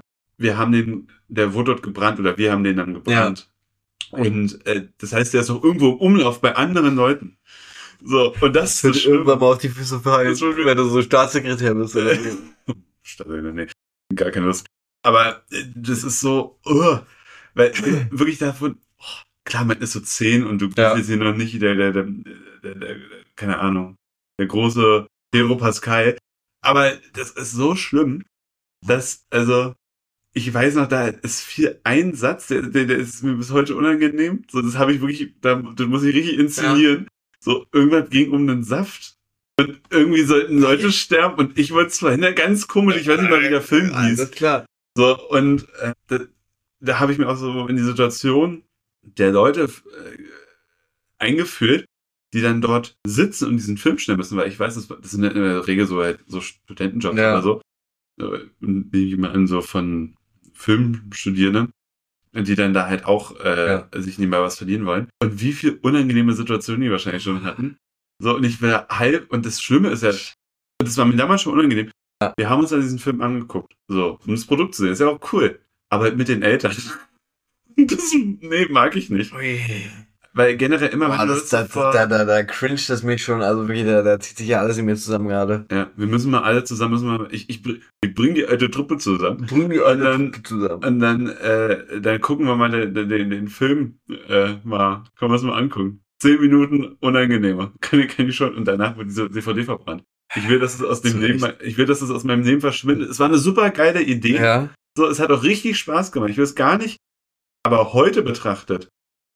der wurde dort gebrannt oder wir haben den dann gebrannt. Ja. Und das heißt, der ist noch irgendwo im Umlauf bei anderen Leuten. So, und das wird irgendwann mal auf die Füße fallen, wenn du so Staatssekretär bist. Oder nee, gar keine Lust. Aber das ist so, weil wirklich davon, klar, man ist so 10 und du bist jetzt hier noch nicht der, keine Ahnung, der große Pedro Pascal. Aber das ist so schlimm, dass, also, ich weiß noch, da ist ein Satz, der ist mir bis heute unangenehm. So, das habe ich wirklich, das muss ich richtig inszenieren. Ja. So, irgendwas ging um einen Saft. Und irgendwie sollten Leute sterben und ich wollte es verhindern. Ganz komisch, ich weiß nicht mal, wie der Film hieß. Das ist klar. So, und da habe ich mir auch so in die Situation der Leute eingeführt, die dann dort sitzen und diesen Film stellen müssen, weil ich weiß, das sind in der Regel so halt so Studentenjobs oder so. Nehme ich mal an, so von Filmstudierenden, die dann da halt auch sich nebenbei was verdienen wollen. Und wie viel unangenehme Situationen die wahrscheinlich schon hatten. So, und ich war und das Schlimme ist ja, und das war mir damals schon unangenehm, wir haben uns dann diesen Film angeguckt, so, um das Produkt zu sehen, ist ja auch cool, aber mit den Eltern, nee, mag ich nicht. Ui. Weil generell immer... Da cringe das mich schon, also wirklich, da zieht sich ja alles in mir zusammen gerade. Ja, wir müssen mal alle zusammen, ich bring die alte Truppe zusammen. Und dann gucken wir mal den Film können wir uns mal angucken. 10 Minuten unangenehmer. Kann ich schon. Und danach wird diese DVD verbrannt. Ich will, dass es aus meinem Leben verschwindet. Es war eine super geile Idee. Ja. So, es hat auch richtig Spaß gemacht. Ich will es gar nicht, aber heute betrachtet,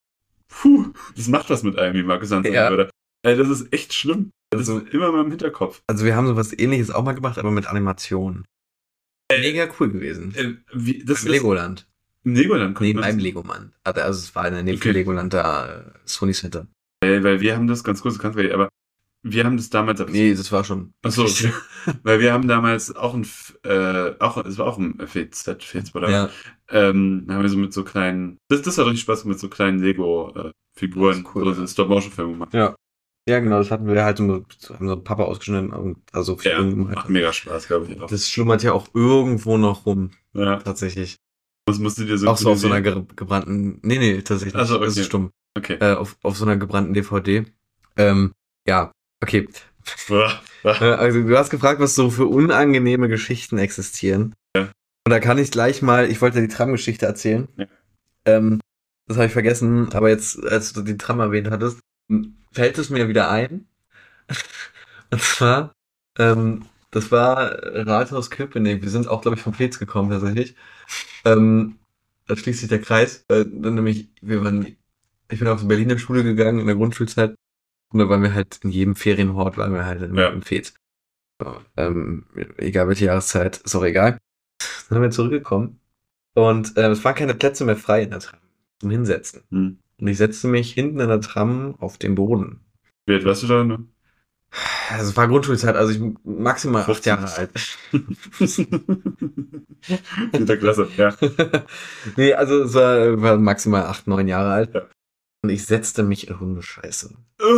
das macht was mit einem, wie Markus sagen würde. Das ist echt schlimm. Das ist immer mal im Hinterkopf. Also wir haben sowas Ähnliches auch mal gemacht, aber mit Animationen. Mega cool gewesen. Das Im Legoland. Im Legoland? Neben einem Legomann. Also es war in der Nähe von Legoland, da Sony Center. Weil wir haben das, ganz kurz, aber wir haben das damals... Nee, das war schon... Achso, okay. Weil wir haben damals auch es war auch ein FEZ, oder? Ja. Haben wir so mit so kleinen... Das hat richtig Spaß mit so kleinen Lego-Figuren, cool, so Stop-Motion-Film gemacht. Ja. Ja, genau, das hatten wir halt haben so Papa ausgeschnitten und also Figuren gemacht. Macht mega Spaß, glaube ich. Auch. Das schlummert ja auch irgendwo noch rum. Ja. Tatsächlich. Was musst du dir so... Auch so auf so einer gebrannten... Nee, tatsächlich. Also, okay. Das ist stumm. Okay. Auf so einer gebrannten DVD. Ja, okay. Also du hast gefragt, was so für unangenehme Geschichten existieren. Ja. Und da kann ich gleich mal, ich wollte die Tram-Geschichte erzählen. Ja. Das habe ich vergessen, aber jetzt, als du die Tram erwähnt hattest, fällt es mir wieder ein. Und zwar, das war Rathaus Köpenick. Wir sind auch, glaube ich, vom Fez gekommen tatsächlich. Da schließt sich der Kreis. Dann nämlich, ich bin auf die Berliner Schule gegangen in der Grundschulzeit. Und da waren wir halt in jedem Ferienhort, im Fez. So, egal welche Jahreszeit, ist auch egal. Dann sind wir zurückgekommen. Und es waren keine Plätze mehr frei in der Tram zum Hinsetzen. Und ich setzte mich hinten in der Tram auf den Boden. Wie alt warst du da, ne? Also es war Grundschulzeit, also ich maximal 8 Jahre alt. In der Klasse, ja. Nee, also es war maximal 8, 9 Jahre alt. Ja. Und ich setzte mich in Hundescheiße.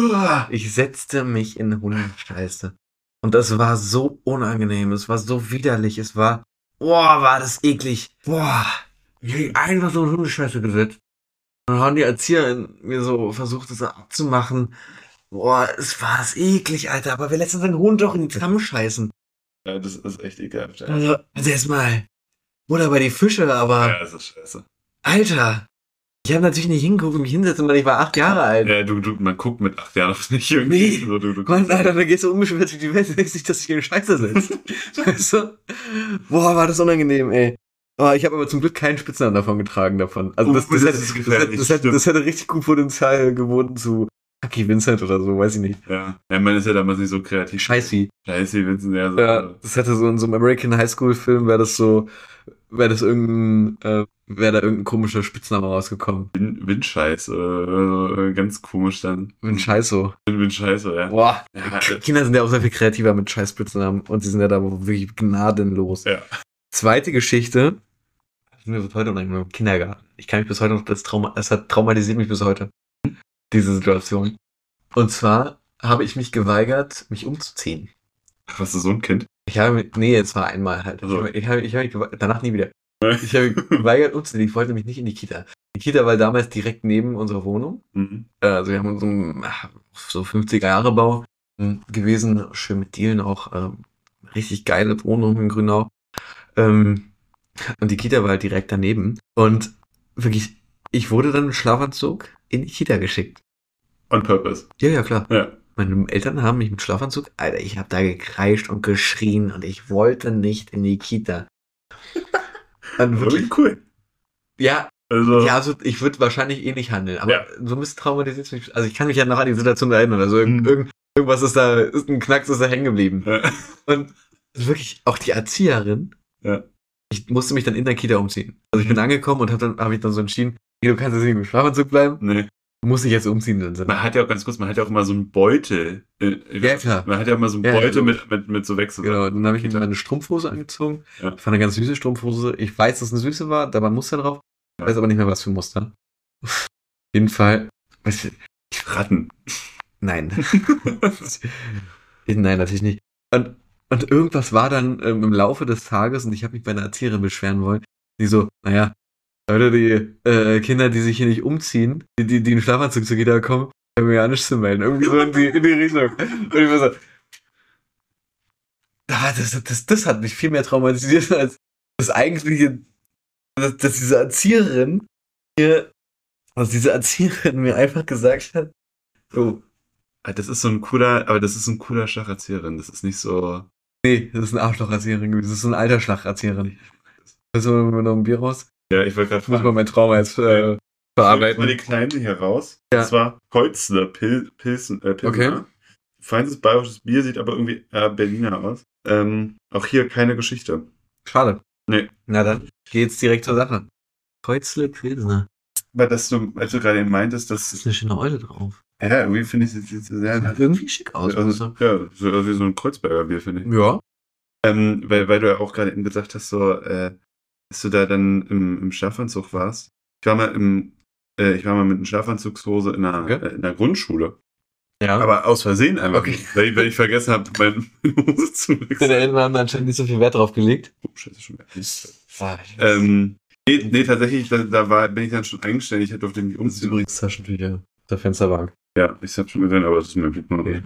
Und das war so unangenehm, es war so widerlich, war das eklig. Ich einfach so in Hundescheiße gesetzt. Und dann haben die Erzieher mir so versucht, das abzumachen. Es war das eklig, Alter. Aber wir lassen den Hund doch in die Tram scheißen. Ja, das ist echt ekelhaft. Also erstmal. Oder bei die Fische, aber... Ja, das ist scheiße. Alter. Ich habe natürlich nicht hingeguckt und mich hinsetzen, weil ich war 8 Jahre alt. Ja, man guckt mit 8 Jahren auch nicht irgendwie. Nee. So, Mann, Alter, da gehst du unbeschwert durch die Welt und denkst nicht, dass ich in Scheiße sitze. Weißt du? War das unangenehm, ey. Ich habe aber zum Glück keinen Spitznamen davon getragen. Also das hätte richtig gut Potenzial geboten zu Hucky Vincent oder so, weiß ich nicht. Ja, man ist ja damals nicht so kreativ. Scheißi Vincent, ja. So. Ja, das hätte so in so einem American High School Film wäre da irgendein komischer Spitzname rausgekommen. Windscheiß, ganz komisch dann. Windscheißo, ja. Boah, ja, Kinder sind ja auch sehr viel kreativer mit Scheißspitznamen und sie sind ja da wirklich gnadenlos. Ja. Zweite Geschichte, das ist mir bis heute unangenehm, im Kindergarten. Ich kann mich bis heute noch, das hat traumatisiert mich bis heute, diese Situation. Und zwar habe ich mich geweigert, mich umzuziehen. Warst du so ein Kind? Es war einmal halt. Also. Ich habe danach nie wieder. Ich habe mich geweigert umzuziehen. Ich wollte nämlich nicht in die Kita. Die Kita war damals direkt neben unserer Wohnung. Also wir haben so 50er-Jahre-Bau gewesen. Schön mit Dielen auch. Richtig geile Wohnung in Grünau. Und die Kita war halt direkt daneben. Und wirklich, ich wurde dann im Schlafanzug in die Kita geschickt. On purpose. Ja, klar. Ja. Meine Eltern haben mich mit Schlafanzug, Alter, ich habe da gekreischt und geschrien und ich wollte nicht in die Kita. Dann Wirklich cool. Ja, Also, also ich würde wahrscheinlich eh nicht handeln, aber Ja. so ein bisschen traumatisiert mich. Also ich kann mich ja noch an die Situation erinnern. Also irgendwas ist da, ein Knacks ist da hängen geblieben. ja. Und wirklich auch die Erzieherin, Ja. ich musste mich dann in der Kita umziehen. Also ich bin angekommen und habe ich dann so entschieden, hey, du kannst jetzt nicht im Schlafanzug bleiben, Nee. du musst dich jetzt umziehen. Dann Man hat ja auch ganz kurz, man hat ja auch immer so einen Beutel. Ja, klar. Man hat ja immer so einen Ja, Beutel logisch. mit so Wechsel. Genau, dann habe ich mir meine Strumpfhose angezogen. Ja. Das war eine ganz süße Strumpfhose. Ich weiß, dass es eine süße war, da war ein Muster drauf. Ich weiß aber nicht mehr, was für ein Muster. Auf jeden Fall. Weißt du, Ratten. nein. Nein, natürlich nicht. Und irgendwas war dann im Laufe des Tages und ich habe mich bei einer Erzieherin beschweren wollen. Die so, naja, Leute, die Kinder, die sich hier nicht umziehen, die in Schlafanzug zu Kita kommen, haben mir ja nichts zu melden. Irgendwie so in die Richtung. Und ich war so, das hat mich viel mehr traumatisiert als das eigentliche, dass diese Erzieherin mir einfach gesagt hat, oh, Das ist so ein cooler Schach-Erzieherin. Das ist nicht so. nee, das ist eine Arschloch-Erzieherin gewesen, das ist so ein alter Schlag-Erzieherin. Also, wenn wir noch ein Bier raus, Ja, ich wollte gerade muss man fragen. mein Trauma jetzt verarbeiten. Mal die Kleine hier raus. Ja. Das war Holzler Pilsner. Okay. Feines bayerisches Bier, sieht aber irgendwie Berliner aus. Auch hier keine Geschichte. Schade. Nee. Na dann, geht's direkt zur Sache. Kreuzle Pilsner. Weil als du gerade eben meintest, Das ist dass. eine schöne Eule drauf. Ja, irgendwie finde ich es jetzt sehr. Sieht irgendwie schick aus. muss ich sagen. Ja, so wie so ein Kreuzberger Bier, finde ich. Ja. Weil du ja auch gerade eben gesagt hast, so, dass du da dann im Schlafanzug warst. Ich war mal mit einer Schlafanzugshose in der Grundschule. Ja. Aber aus Versehen einfach, Okay. weil ich vergessen habe, meine Hose zu Deine wechseln. Eltern haben anscheinend nicht so viel Wert drauf gelegt. Oh, Scheiße, schon wieder. Nee, tatsächlich, bin ich dann schon eigenständig, ich durfte mich Das ist umziehen. übrigens Taschentücher auf der Fensterbank. Ja, ich hab's schon gesehen, aber das ist mir gut. Okay.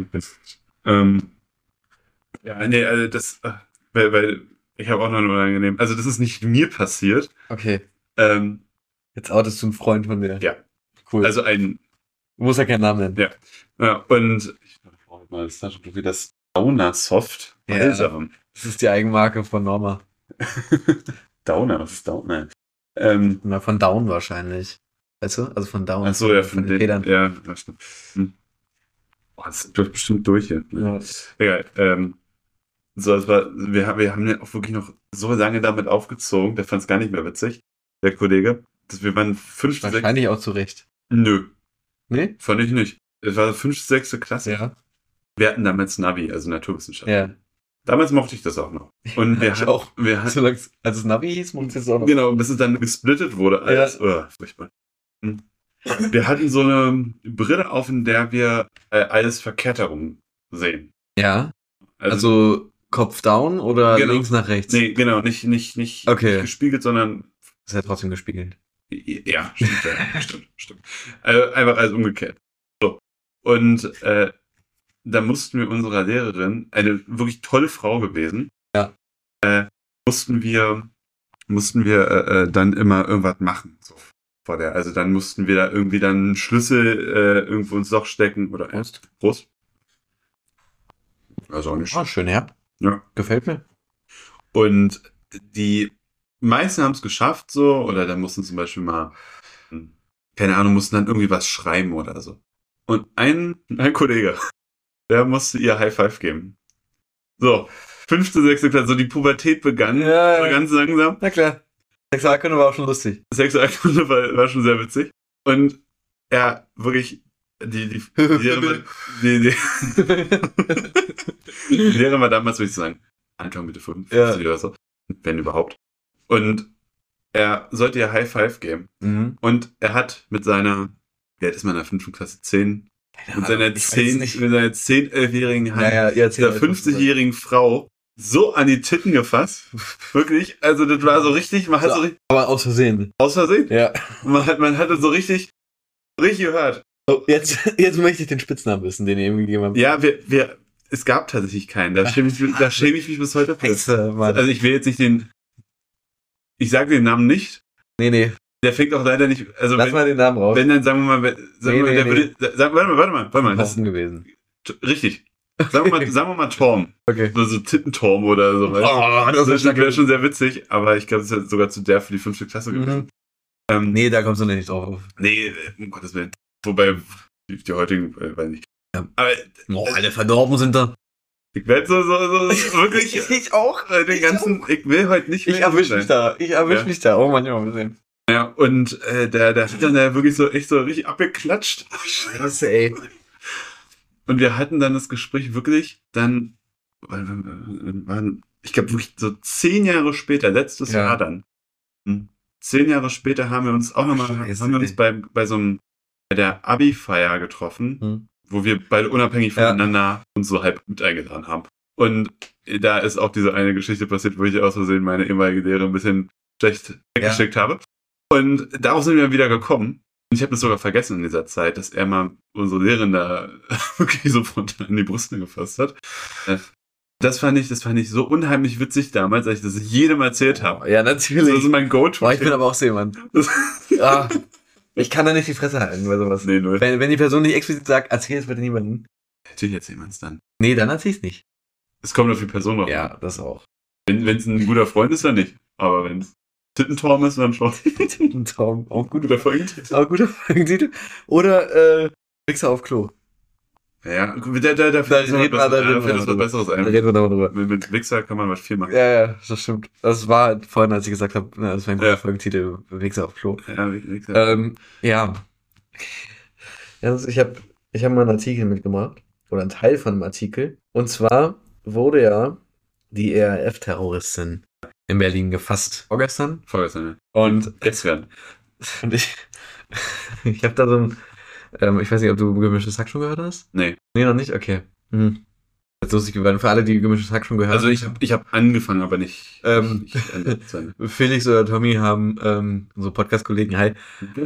Ja, nee, also weil ich habe auch noch ein unangenehm. Also das ist nicht mir passiert. Okay. Ähm, Jetzt outest du einen Freund von dir. Ja. Cool. also ein, du musst ja keinen Namen nennen. ja, und ich brauche mal das Taschentuch wie das Downer Soft. Ja. Balsam. Das ist die Eigenmarke von Norma. Downer, was ist Downer? Na, von Down wahrscheinlich. Weißt du? Also von Down. Achso, ja, von den Federn. Ja, das stimmt. Boah, das läuft bestimmt durch hier. Ja. Egal, wir haben ja auch wirklich noch so lange damit aufgezogen, der fand es gar nicht mehr witzig, der Kollege, dass wir waren 5., 6. Wahrscheinlich auch zu Recht. Nö, Nee? fand ich nicht. Es war 5., 6. Klasse. Ja. Wir hatten damals Navi, also Naturwissenschaft. Ja. Damals mochte ich das auch noch. Und wir Ich hatten, auch. wir hatten, Solange als es Navi hieß, muss es auch noch. genau, bis es dann gesplittet wurde. Alles, furchtbar. Wir hatten so eine Brille auf, in der wir alles verkehrt herum sehen. Ja. Also Kopf down oder Genau. links nach rechts? Nee, genau, nicht Okay. nicht gespiegelt, sondern Das ist ja trotzdem gespiegelt. ja, stimmt, ja, stimmt. Einfach alles umgekehrt. So. Und da mussten wir unserer Lehrerin, eine wirklich tolle Frau gewesen, Ja. mussten wir dann immer irgendwas machen. So vor der. Also dann mussten wir da irgendwie dann einen Schlüssel irgendwo ins Loch stecken oder Prost. Prost. Also auch nicht Oh, schön herb. Ja. Gefällt mir. Und die meisten haben es geschafft so, oder da mussten zum Beispiel mal, keine Ahnung, mussten dann irgendwie was schreiben oder so. Und ein Kollege, der musste ihr High Five geben. So, 5., 6. Klasse, so die Pubertät begann, Ja, so ja. ganz langsam. Na klar. Sexualkunde war auch schon lustig. Sexualkunde war schon sehr witzig. Und er wirklich, die Lehrerin war damals, würde ich sagen, Anfang Mitte 50 Ja. oder so, wenn überhaupt. Und er sollte ihr High Five geben. Mhm. Und er hat mit seiner, wie alt ist man in der 5. Klasse? 10? Mit seiner 10, 11-jährigen Ja, ja, ihr erzählt dieser 50-jährigen Frau so an die Titten gefasst. Wirklich. Also das war so richtig, man hat so richtig, Aber aus Versehen. aus Versehen. Ja. Man hatte so richtig gehört. Oh, jetzt möchte ich den Spitznamen wissen, den ihr ihm gegeben habt. Ja, es gab tatsächlich keinen. Da schäme ich mich bis heute für. Scheiße, Mann. Also ich will jetzt nicht ich sage den Namen nicht. Nee. Der fängt auch leider nicht, also Lass mal den Namen raus. wenn dann, sagen wir mal, warte mal. Offen gewesen. Richtig. Sagen wir mal Torm. Okay. So Tittentorm oder so. Weißt? Das wäre schon sehr witzig, aber ich glaube, es ist ja sogar zu der für die 5. Klasse gewesen. Nee, da kommst du nicht drauf. Nee, um Gottes Willen. Wobei, die heutigen, weiß nicht. Ja. Aber, alle verdorben sind da. ich werde so wirklich, Ich auch. den ganzen, ich will heute nicht mehr. Ich erwische mich da. Oh Mann, ja, wir sehen. Ja, und der hat dann da wirklich echt so richtig abgeklatscht. Scheiße, ey. Und wir hatten dann das Gespräch wirklich dann, ich glaube wirklich so 10 Jahre später, letztes Jahr dann. 10 Jahre später haben wir uns auch nochmal, bei der Abi-Feier getroffen, wo wir beide unabhängig voneinander uns so halb mit eingeladen haben. Und da ist auch diese eine Geschichte passiert, wo ich aus Versehen meine ehemalige Lehrerin ein bisschen schlecht weggeschickt habe. Und darauf sind wir wieder gekommen. Und ich habe das sogar vergessen in dieser Zeit, dass er mal unsere Lehrerin da wirklich so frontal in die Brüste gefasst hat. Das fand ich so unheimlich witzig damals, als ich das jedem erzählt habe. Ja, natürlich. Das ist mein Go-To. Ich bin aber auch Seemann. Ich kann da nicht die Fresse halten bei sowas. Nee, null. Wenn die Person nicht explizit sagt, erzähl es bitte niemandem. Natürlich erzählt man es dann. Nee, dann erzähl ich es nicht. Es kommt auf die Person drauf. Ja, das auch. Wenn es ein guter Freund ist, dann nicht. Aber wenn es Tittentorm ist, dann schon. Tittentorm. Auch Guter Folgentitel. Auch guter Folgentitel. Oder Wichser auf Klo. Ja, da reden wir was Besseres ein. Da reden wir drüber. Mit Wichser kann man was viel machen. Ja, das stimmt. Das war vorhin, als ich gesagt habe, das war ein guter Folgentitel, Wichser auf Klo. Ja, Wichser. Also ich hab mal einen Artikel mitgebracht. Oder einen Teil von einem Artikel. Und zwar wurde ja die RAF-Terroristin in Berlin gefasst. Vorgestern, ja. Und Gestern. Und ich habe da so ein, ich weiß nicht, ob du Gemischtes Hack schon gehört hast? Nee. Nee, noch nicht? Okay. Das ist lustig geworden. Für alle, die Gemischtes Hack schon gehört haben. Also ich hab angefangen, aber nicht Felix oder Tommy haben unsere Podcast-Kollegen, hi.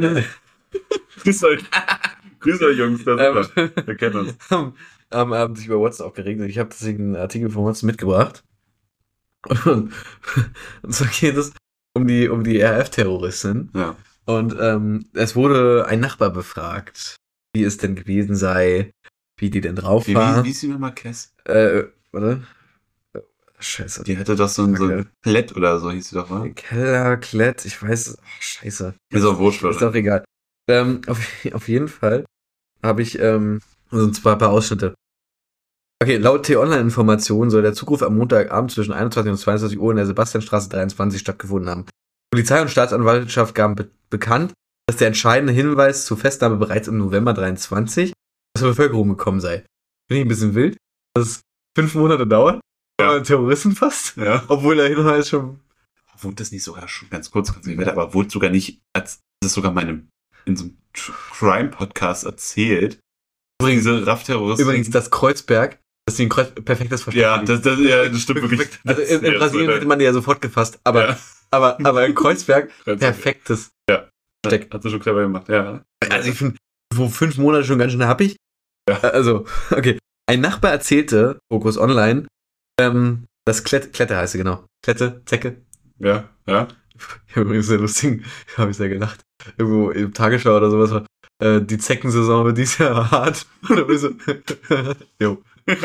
Grüß euch. Grüß euch, Jungs. Das ist wir kennen uns. Haben sich über WhatsApp aufgeregt. Ich habe deswegen einen Artikel von WhatsApp mitgebracht. Und zwar geht es um die RAF-Terroristin. Ja. Und es wurde ein Nachbar befragt, wie es denn gewesen sei, wie die denn drauf war. Wie ist die nochmal, Kess? Warte. Scheiße. Die hatte doch so ein Klett oder so, hieß sie doch, oder? Keller, Klett, ich weiß. Scheiße. Ist auch wurscht, Ist auch egal. Auf jeden Fall habe ich so ein paar Ausschnitte. Okay, laut T-Online-Informationen soll der Zugruf am Montagabend zwischen 21 und 22 Uhr in der Sebastianstraße 23 stattgefunden haben. Polizei und Staatsanwaltschaft gaben bekannt, dass der entscheidende Hinweis zur Festnahme bereits im November 23 aus der Bevölkerung gekommen sei. Finde ich ein bisschen wild, dass es 5 Monate dauert, wenn man Terroristen fasst, obwohl der Hinweis schon... Wurde das nicht sogar schon, ganz kurz, aber wurde sogar nicht, das ist sogar in so einem Crime-Podcast erzählt. Übrigens, RAF-Terroristen. Übrigens, das Kreuzberg, das ist ein perfektes Verständnis. Ja, das stimmt wirklich. Also in Brasilien hätte man die ja sofort gefasst, aber in Kreuzberg, perfektes Steck. Hat sie schon clever gemacht, ja. Also ich finde, vor 5 Monate schon ganz schön happig. Ja. Also, okay. Ein Nachbar erzählte, Fokus Online, das Klette heißt sie, genau. Klette, Zecke. Ja. Ich habe übrigens sehr lustig, habe ich sehr gelacht. Irgendwo im Tagesschau oder sowas war, die Zeckensaison wird dieses Jahr hart. Oder so. Jo.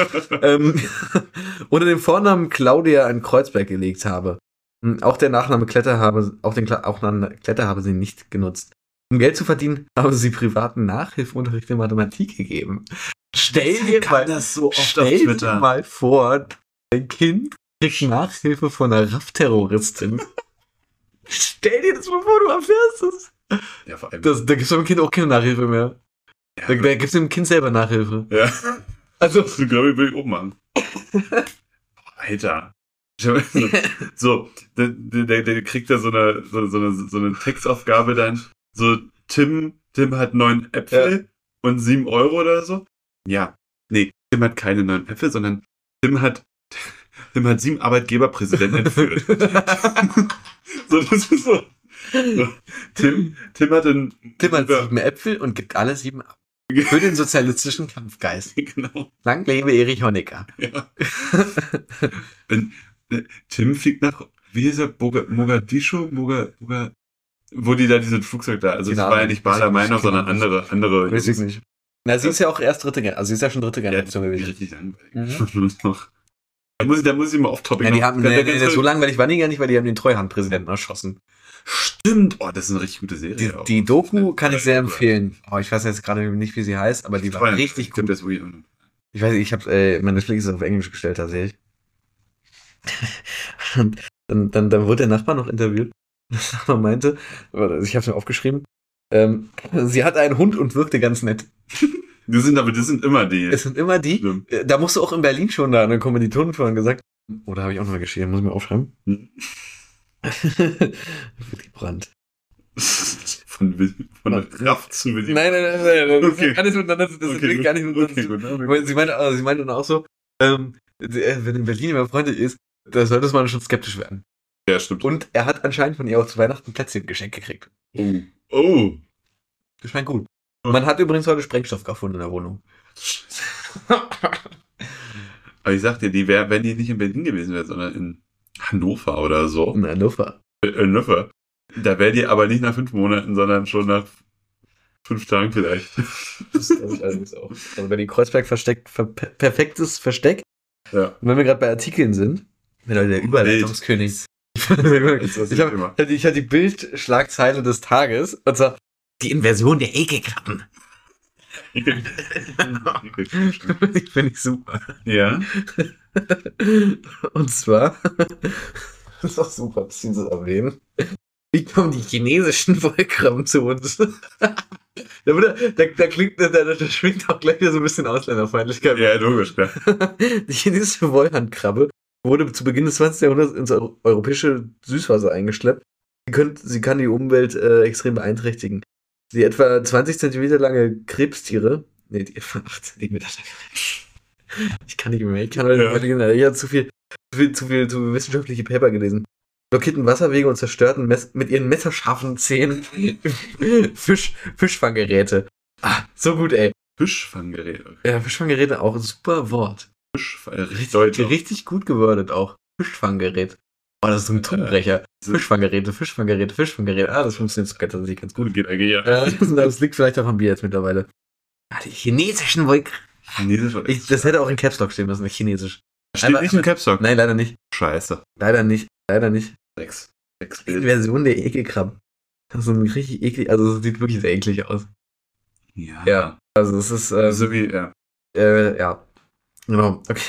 Unter dem Vornamen Claudia in Kreuzberg gelegt habe. Auch den Nachnamen Klette habe sie nicht genutzt. Um Geld zu verdienen, habe sie privaten Nachhilfeunterricht in Mathematik gegeben. Stell dir mal vor, dein Kind kriegt Nachhilfe von einer RAF-Terroristin. Stell dir das mal vor, du erfährst es. Ja, vor allem. Da gibt es dem Kind auch keine Nachhilfe mehr. Ja, da gibt es dem Kind selber Nachhilfe. Ja. Also, ich glaube, ich will auch machen. Alter. So, der kriegt da so eine Textaufgabe dann. So, Tim hat 9 Äpfel und 7 Euro oder so. Ja. Nee, Tim hat keine 9 Äpfel, sondern Tim hat Tim hat 7 Arbeitgeberpräsidenten entführt. So, das ist so. Tim hat 7 Äpfel und gibt alle 7 ab. Für den sozialistischen Kampfgeist. Genau. Lang lebe Erich Honecker. Ja. Tim fliegt nach, wie hieß er, Mogadischu? Wo die da dieses Flugzeug da, also Genau, das war ja nicht Bader Meinhof, sondern andere. Weiß ich nicht. Na, sie ist ja auch erst also sie ist ja schon dritte Generation gewesen. Richtig langweilig. Da muss ich mal off-topic Ja, die haben, so langweilig waren die ja nicht, weil die haben den Treuhandpräsidenten erschossen. Stimmt, das ist eine richtig gute Serie. Die Doku kann ich sehr empfehlen. Ich weiß jetzt gerade nicht, wie sie heißt, aber die war richtig gut. Ich weiß nicht, ich habe meine Netflix ist auf Englisch gestellt, tatsächlich. Und dann wurde der Nachbar noch interviewt. Der Nachbar meinte, ich habe es mir aufgeschrieben, sie hat einen Hund und wirkte ganz nett. Das sind immer die. Es sind immer die. Stimmt. Da musst du auch in Berlin schon da eine Kommilitonen vorhin gesagt. Oder habe ich auch noch mal geschrieben? Muss ich mir aufschreiben. Willy Brandt. Von der Kraft zu Willy. Nein. Okay. Das ist wirklich gar nicht miteinander. Okay, sie meinte dann auch so, wenn in Berlin jemand freundlich ist, da sollte man schon skeptisch werden. Ja, stimmt. Und er hat anscheinend von ihr auch zu Weihnachten Plätzchen geschenkt gekriegt. Oh. Das scheint gut. Man hat übrigens heute Sprengstoff gefunden in der Wohnung. Aber ich sag dir, wenn die nicht in Berlin gewesen wäre, sondern in Hannover oder so. In Hannover. Da wäre die aber nicht nach 5 Monaten, sondern schon nach 5 Tagen vielleicht. Das glaube ich allerdings auch. Also wenn die Kreuzberg perfektes Versteck. Ja. Und wenn wir gerade bei Artikeln sind, der Überleitungskönig. Ich hatte die Bildschlagzeile des Tages, und zwar die Inversion der Ekelkrabben. Ich finde ich super. Ja. Und zwar, das ist auch super, dass Sie das erwähnen. Wie kommen die chinesischen Wollkrabben zu uns? Da schwingt auch gleich wieder so ein bisschen Ausländerfeindlichkeit. Ja, logisch, klar. Die chinesische Wollhandkrabbe wurde zu Beginn des 20. Jahrhunderts ins europäische Süßwasser eingeschleppt. Sie kann die Umwelt extrem beeinträchtigen. Die etwa 20 Zentimeter lange Krebstiere, die etwa 8 Zentimeter lange. Ich kann nicht mehr, ich habe zu viel wissenschaftliche Paper gelesen. Blockierten Wasserwege und zerstörten mit ihren messerscharfen Zähnen Fischfanggeräte. So gut, ey. Fischfanggeräte. Okay. Ja, Fischfanggeräte auch ein super Wort. Richtig gut gewordet auch. Fischfanggerät. Das ist so ein Zungenbrecher. Fischfanggeräte. Das funktioniert tatsächlich ganz gut. Geht eigentlich, ja. Das liegt vielleicht auch am Bier jetzt mittlerweile. Die chinesischen das hätte auch in Caps Lock stehen müssen, nicht chinesisch. Steht nicht in Caps Lock? Nein, leider nicht. Scheiße. Leider nicht. 6 Version der Ekelkrabben. Das ist so ein richtig eklig, also das sieht wirklich sehr eklig aus. Ja. Also es ist so wie, ja. Ja. Genau, okay.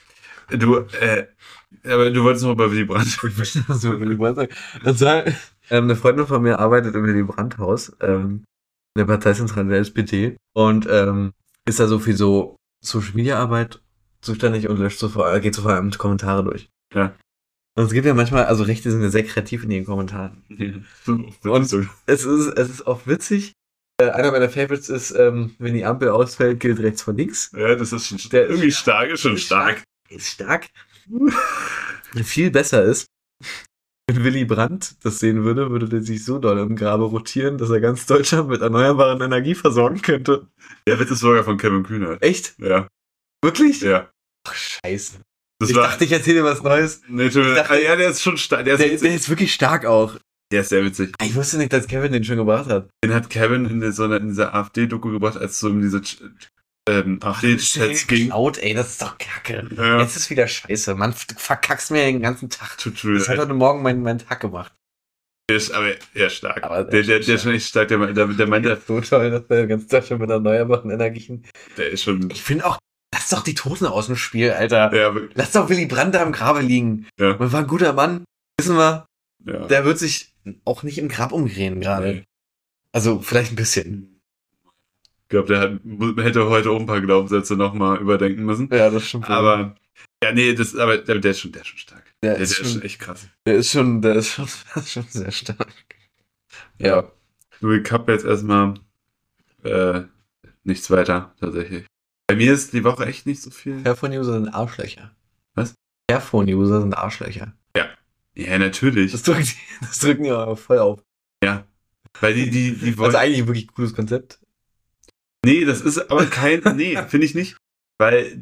Aber du wolltest noch über Willy Brandt. Ich möchte das über Willy Brandt sagen. Und zwar, eine Freundin von mir arbeitet im Willy Brandt-Haus, in der Parteizentrale der SPD und ist da so für so Social-Media-Arbeit zuständig und geht so vor allem Kommentare durch. Ja. Und es gibt ja manchmal, also Rechte sind ja sehr kreativ in ihren Kommentaren. Und es ist auch witzig. Einer meiner Favorites ist, wenn die Ampel ausfällt, gilt rechts vor links. Ja, das ist schon irgendwie stark, ist schon stark. Ist stark. Viel besser ist, wenn Willy Brandt das sehen würde der sich so doll im Grabe rotieren, dass er ganz Deutschland mit erneuerbaren Energie versorgen könnte. Der Witz ist sogar von Kevin Kühnert. Echt? Ja. Wirklich? Ja. Ach, scheiße. Ich dachte, ich erzähle dir was Neues. Nee, ja, der ist schon stark. Der ist wirklich stark auch. Der ist sehr witzig. Ich wusste nicht, dass Kevin den schon gebracht hat. Den hat Kevin in dieser AfD-Doku gebracht, als es so um diese AfD-Chats ging. Laut, ey, das ist doch Kacke. Ja. Jetzt ist wieder scheiße. Man, du verkackst mir den ganzen Tag. Das hat heute Morgen meinen Tag gemacht. Der ist aber eher stark. Aber der ist schon echt stark. Der meint so toll, dass der ganz Deutschland mit erneuerbaren Energien. Der ist schon. Ich finde auch, lass doch die Toten aus dem Spiel, Alter. Ja, wirklich. Lass doch Willy Brandt da im Grabe liegen. Ja. Man war ein guter Mann. Wissen wir. Ja. Der wird sich auch nicht im Grab umdrehen gerade. Nee. Also vielleicht ein bisschen. Ich glaube, der hätte heute auch ein paar Glaubenssätze nochmal überdenken müssen. Ja, das stimmt. Aber, ja, nee, der ist schon stark. Der ist schon echt krass. Der ist schon sehr stark. Ja. Du, ich hab jetzt erstmal nichts weiter, tatsächlich. Bei mir ist die Woche echt nicht so viel. Wer von User sind Arschlöcher? Was? Fairphone-User sind Arschlöcher. Ja, natürlich. Das drücken die aber voll auf. Ja. Weil die wollen. Also eigentlich ein wirklich cooles Konzept. Nee, das ist aber nee, finde ich nicht. Weil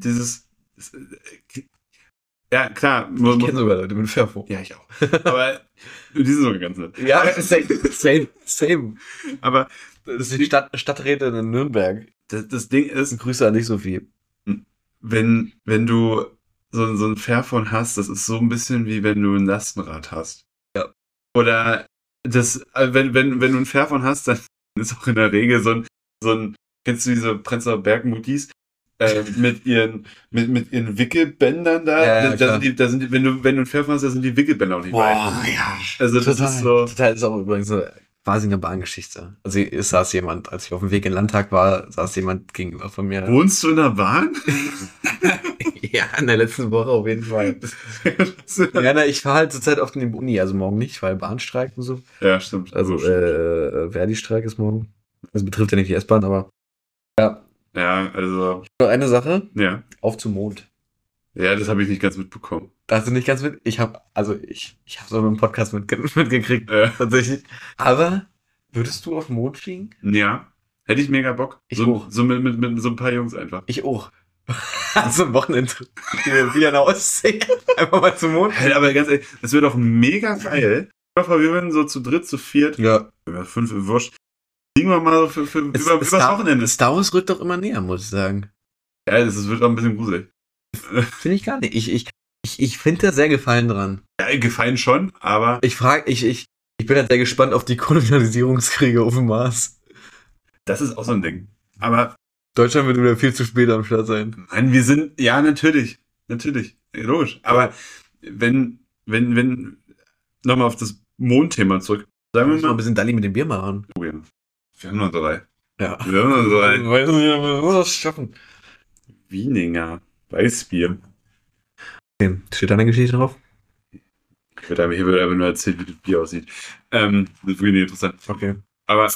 ja, klar. Ich kenne sogar Leute mit Fairphone. Ja, ich auch. Aber die sind sogar ganz nett. Ja, same. Aber Das sind die Stadträte in Nürnberg. das Ding ist, Grüße an dich, Sophie. wenn du so ein Fairphone hast, das ist so ein bisschen wie wenn du ein Lastenrad hast. Ja. Oder wenn du ein Fairphone hast, dann ist auch in der Regel so ein kennst du diese Prenzlauer Berg-Mutis? Mit ihren Wickelbändern da. Ja, da sind die, wenn du ein Fairphone hast, da sind die Wickelbänder auch nicht Boah, weit. ja. Also das ist so. Total ist auch übrigens quasi eine Bahngeschichte. Also es saß jemand, als ich auf dem Weg in den Landtag war, saß jemand gegenüber von mir. Wohnst du in der Bahn? Ja, in der letzten Woche auf jeden Fall. Ja, ich fahre halt zurzeit oft in die Uni, also morgen nicht, weil Bahnstreik und so. Ja, stimmt. Also Verdi-Streik ist morgen. Das betrifft ja nicht die S-Bahn, aber ja. Ja, also. Noch eine Sache. Ja. Auf zum Mond. Ja, das habe ich nicht ganz mitbekommen. Da hast du nicht ganz mit? Ich habe so einen Podcast mitgekriegt, tatsächlich. Aber würdest du auf den Mond fliegen? Ja. Hätte ich mega Bock. Ich auch. So mit so ein paar Jungs einfach. Ich auch. Also ein Wochenende wieder nach Ostsee. Einfach mal zum Mond. Hey, aber ganz ehrlich, das wäre doch mega geil. Wir würden so zu dritt, zu viert, Ja. 5 wurscht. Fliegen wir mal so übers Wochenende. Star Wars rückt doch immer näher, muss ich sagen. Ja, das wird auch ein bisschen gruselig. Finde ich gar nicht. Ich finde da sehr Gefallen dran. Ja, gefallen schon, aber. Ich bin halt sehr gespannt auf die Kolonialisierungskriege auf dem Mars. Das ist auch so ein Ding. Aber. Deutschland wird wieder viel zu spät am Start sein. Nein, wir sind. Ja, natürlich. Natürlich. Logisch. Aber wenn. Nochmal auf das Mondthema zurück. Sagen wir Mal ein mal. bisschen Dalli mit dem Bier machen. Oh ja. Wir haben noch 3. Ja. Wir haben noch 3. Weiß nicht, ob wir das schaffen. Wieninger. Weißbier. Okay. Steht da eine Geschichte drauf? Hier wird einfach nur erzählt, wie das Bier aussieht. Das ist wirklich nicht interessant. Okay. Aber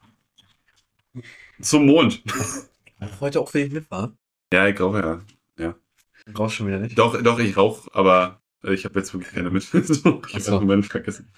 zum Mond. Heute auch wenig mit, war? Ja, ich rauche ja. Rauchst schon wieder nicht? Doch, ich rauche, aber ich habe jetzt wirklich keine mit. Ich habe meinen vergessen.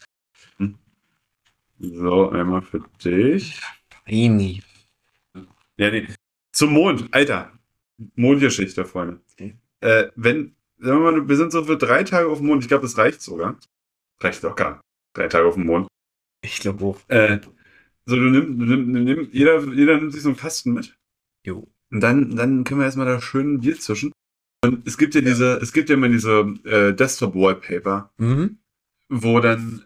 So, einmal für dich. Feini. Ja, nee. Zum Mond, Alter. Mondgeschichte, Freunde. Okay. Sagen wir mal, wir sind so für 3 Tage auf dem Mond. Ich glaube, das reicht sogar. Reicht doch gar. 3 Tage auf dem Mond. Ich glaube auch. So, jeder nimmt sich so einen Kasten mit. Jo. Und dann können wir erstmal da schön ein Bier zwischen. Und es gibt ja immer diese Desktop-Wallpaper, wo dann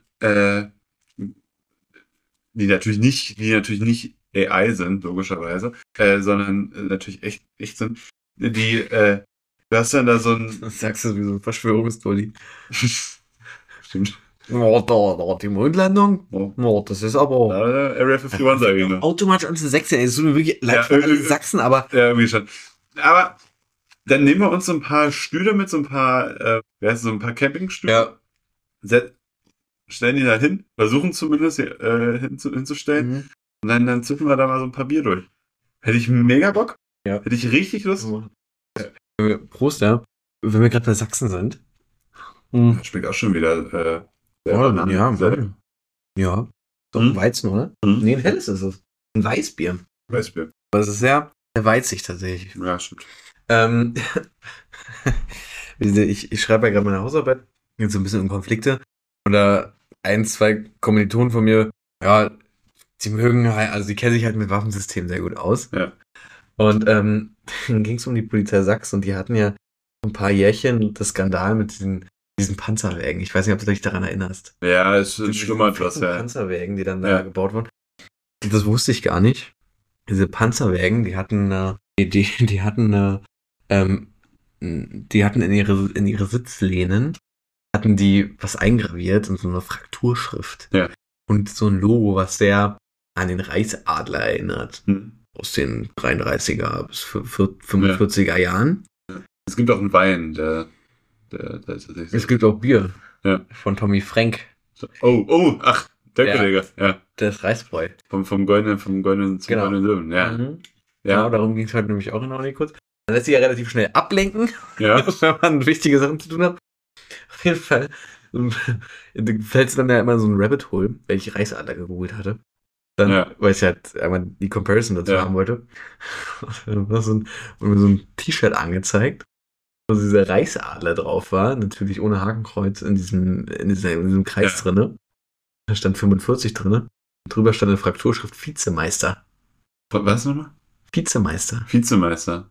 die natürlich nicht AI sind, logischerweise, sondern natürlich echt sind. Du hast dann da so ein. Das sagst du wie so ein Verschwörungsdolly. Stimmt. Oh, die Mondlandung? Oh, das ist aber. Area 51 sage ich nur. Automatisch an 16. Es tut mir wirklich leid für alle Sachsen, aber. Ja, irgendwie schon. Aber dann nehmen wir uns so ein paar Stühle mit, so ein paar Campingstühle. Ja. Stellen die da hin, versuchen zumindest hinzustellen. Und dann zünden wir da mal so ein paar Bier durch. Hätte ich mega Bock. Ja. Hätte ich richtig Lust. Prost, ja. Wenn wir gerade bei Sachsen sind. Schmeckt auch schon wieder. Ja. Doch ein Weizen, oder? Nee, ein helles ist es. Ein Weißbier. Weißbier. Aber es ist sehr weizig tatsächlich. Ja, stimmt. Ich schreibe ja gerade meine Hausarbeit. Jetzt so ein bisschen um Konflikte. Und da 1-2 Kommilitonen von mir, ja, die mögen halt, also die kennen sich halt mit Waffensystemen sehr gut aus. Ja. Und dann ging es um die Polizei Sachsen und die hatten ja ein paar Jährchen das Skandal mit diesen Panzerwägen. Ich weiß nicht, ob du dich daran erinnerst. Ja, es schlummert was, ja. Panzerwägen, die dann da gebaut wurden. Und das wusste ich gar nicht. Diese Panzerwägen, die hatten in ihre Sitzlehnen hatten die was eingraviert und so eine Frakturschrift. Ja. Und so ein Logo, was sehr an den Reichsadler erinnert. Aus den 33er bis 45er Jahren. Es gibt auch einen Wein, der Es gibt auch Bier. Ja. Von Tommy Frank. Ach, der Kollege, ja. Das Reisbräu. Vom Goldenen zum Goldenen Löwen, ja. Ja. Genau, darum ging es heute nämlich auch in der Uni kurz. Man lässt sich ja relativ schnell ablenken, ja. wenn man wichtige Sachen zu tun hat. jeden Fall du fällst dann ja immer in so ein Rabbit Hole, weil ich Reisadler gegoogelt hatte. Dann, weil ich halt einmal die Comparison dazu haben wollte. Und mir so ein T-Shirt angezeigt, wo dieser Reichsadler drauf war, natürlich ohne Hakenkreuz in diesem Kreis drinne. Da stand 45 drinne. Drüber stand eine Frakturschrift Vizemeister. Was nochmal? Vizemeister. Vizemeister.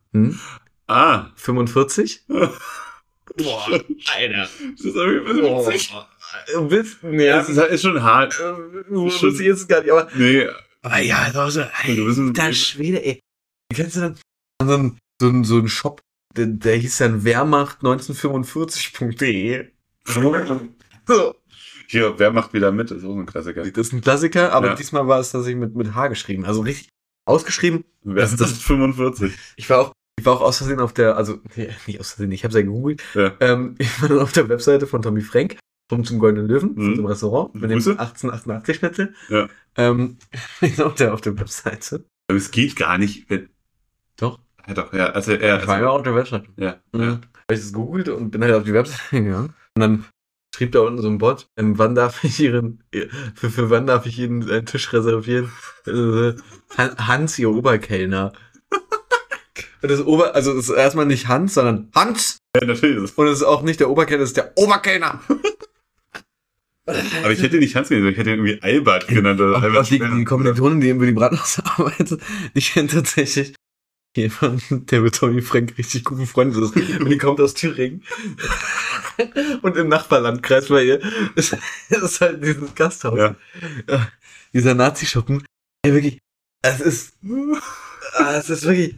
45? Boah, Alter. Das ist irgendwie witzig. Ja, das ist schon hart. Wusste ich jetzt gar nicht, aber. Nee. Aber ja, also, alter Schwede, ey. Wie kannst du dann so ein Shop, der hieß dann Wehrmacht1945.de. So. Hier, wer macht wieder mit? Das ist auch so ein Klassiker. Das ist ein Klassiker, aber diesmal war es tatsächlich mit H geschrieben. Also richtig ausgeschrieben. Wer ist das 45? Ich war auch aus Versehen auf der, also nicht aus Versehen, ich habe es ja gegoogelt. Ja. Ich war dann auf der Webseite von Tommy Frank, zum Goldenen Löwen, von dem Restaurant, mit dem 1888-Schnitzel. Ja. Ich war auf der Webseite. Aber es geht gar nicht. Doch. Ja, doch, ja. Also ich war ja auf der Webseite. Ja. Habe ich das gegoogelt und bin halt auf die Webseite gegangen. Und dann schrieb da unten so ein Bot, für wann darf ich Ihnen einen Tisch reservieren? Hans, Ihr Oberkellner. Also es ist erstmal nicht Hans, sondern Hans. Ja, natürlich. Und es ist auch nicht der Oberkellner, es ist der Oberkellner. Aber ich hätte nicht Hans genannt, ich hätte ihn irgendwie Albert genannt. Oder die Kombinatoren, die über die Bratwurst arbeitet, ich kenne tatsächlich jemanden, der mit Tommy Frank richtig gut befreundet ist. Und die kommt aus Thüringen. Und im Nachbarlandkreis bei ihr ist halt dieses Gasthaus. Ja. Dieser Nazi-Schuppen. Ey, wirklich, es ist wirklich...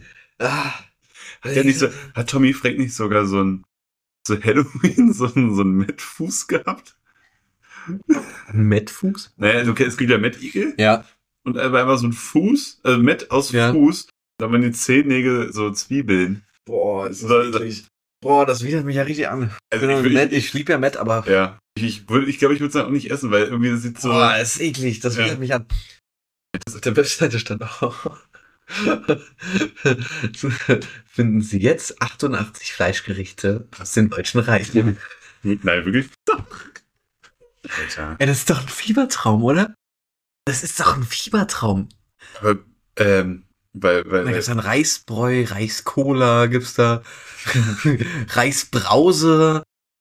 Hat Tommy Frank nicht sogar so Halloween, so einen Mettfuß gehabt? Ein Mettfuß? Naja, es gibt ja Mettigel. Ja. Und er war einfach so ein Fuß, also Mett aus Fuß, da waren die Zehennägel so Zwiebeln. Boah, ist das wirklich... Boah, das widert mich ja richtig an. Ich liebe ja Mett, aber... Ja. Ich glaube, ich würde es dann auch nicht essen, weil irgendwie das sieht so... Boah, das ist eklig, das widert mich an. Auf der Webseite stand auch... Finden Sie jetzt 88 Fleischgerichte aus dem Deutschen Reich. Nein, wirklich? Alter. Ey, das ist doch ein Fiebertraum, oder? Das ist doch ein Fiebertraum. Aber, da gibt's dann Reisbräu, Reiscola gibt's da, Reisbrause,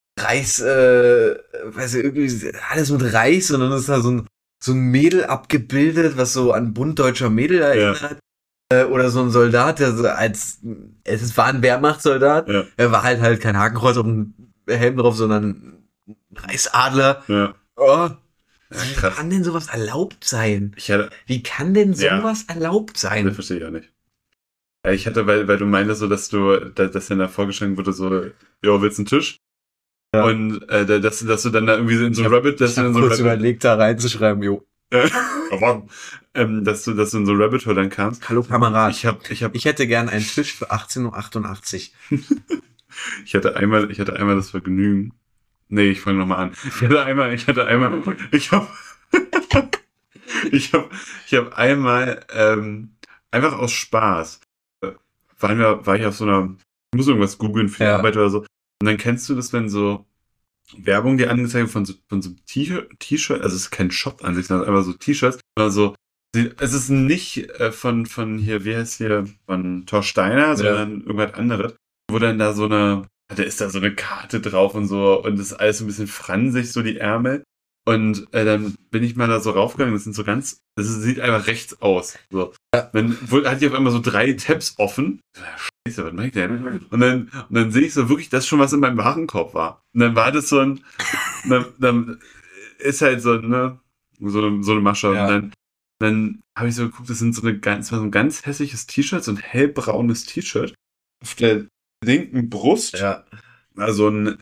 weiß ich, irgendwie alles mit Reis und dann ist da so ein Mädel abgebildet, was so an Bund deutscher Mädel erinnert. Ja. Oder so ein Soldat, der es war ein Wehrmachtssoldat, er war halt kein Hakenkreuz auf dem Helm drauf, sondern ein Reichsadler. Ja. Oh. Wie kann denn sowas erlaubt sein? Wie kann denn sowas erlaubt sein? Das verstehe ich auch nicht. Ja, ich hatte, weil du meintest so, dass dann da vorgeschlagen wurde, so, jo, willst du einen Tisch? Ja. Und dass du dann da irgendwie in so ein Rabbit... Ich hab kurz überlegt, da reinzuschreiben, jo. dass du in so ein Rabbit Hole dann kamst. Hallo Kamerad. Ich hätte gern einen Tisch für 18.88 Uhr. Ich hatte einmal das Vergnügen. Nee, ich fange nochmal an. Ich habe einmal einfach aus Spaß war ich auf so einer, ich muss irgendwas googeln für die Arbeit oder so. Und dann kennst du das, wenn so Werbung dir angezeigt von so T-Shirt, also es ist kein Shop an sich, sondern einfach so T-Shirts. Also es ist nicht von hier, wie heißt hier, von Thor Steiner, sondern irgendwas anderes, wo dann da da ist da so eine Karte drauf und so und das ist alles so ein bisschen fransig, so die Ärmel. Und dann bin ich mal da so raufgegangen, das sieht einfach rechts aus. So. Dann hatte ich auf einmal so 3 Tabs offen. Scheiße, was mach ich denn? Und dann sehe ich so wirklich, dass schon was in meinem Warenkorb war. Und dann war das dann ist halt so, ne, so eine Masche. Ja. Und dann habe ich so geguckt, das war so ein ganz hässliches T-Shirt, so ein hellbraunes T-Shirt. Auf der linken Brust war so ein,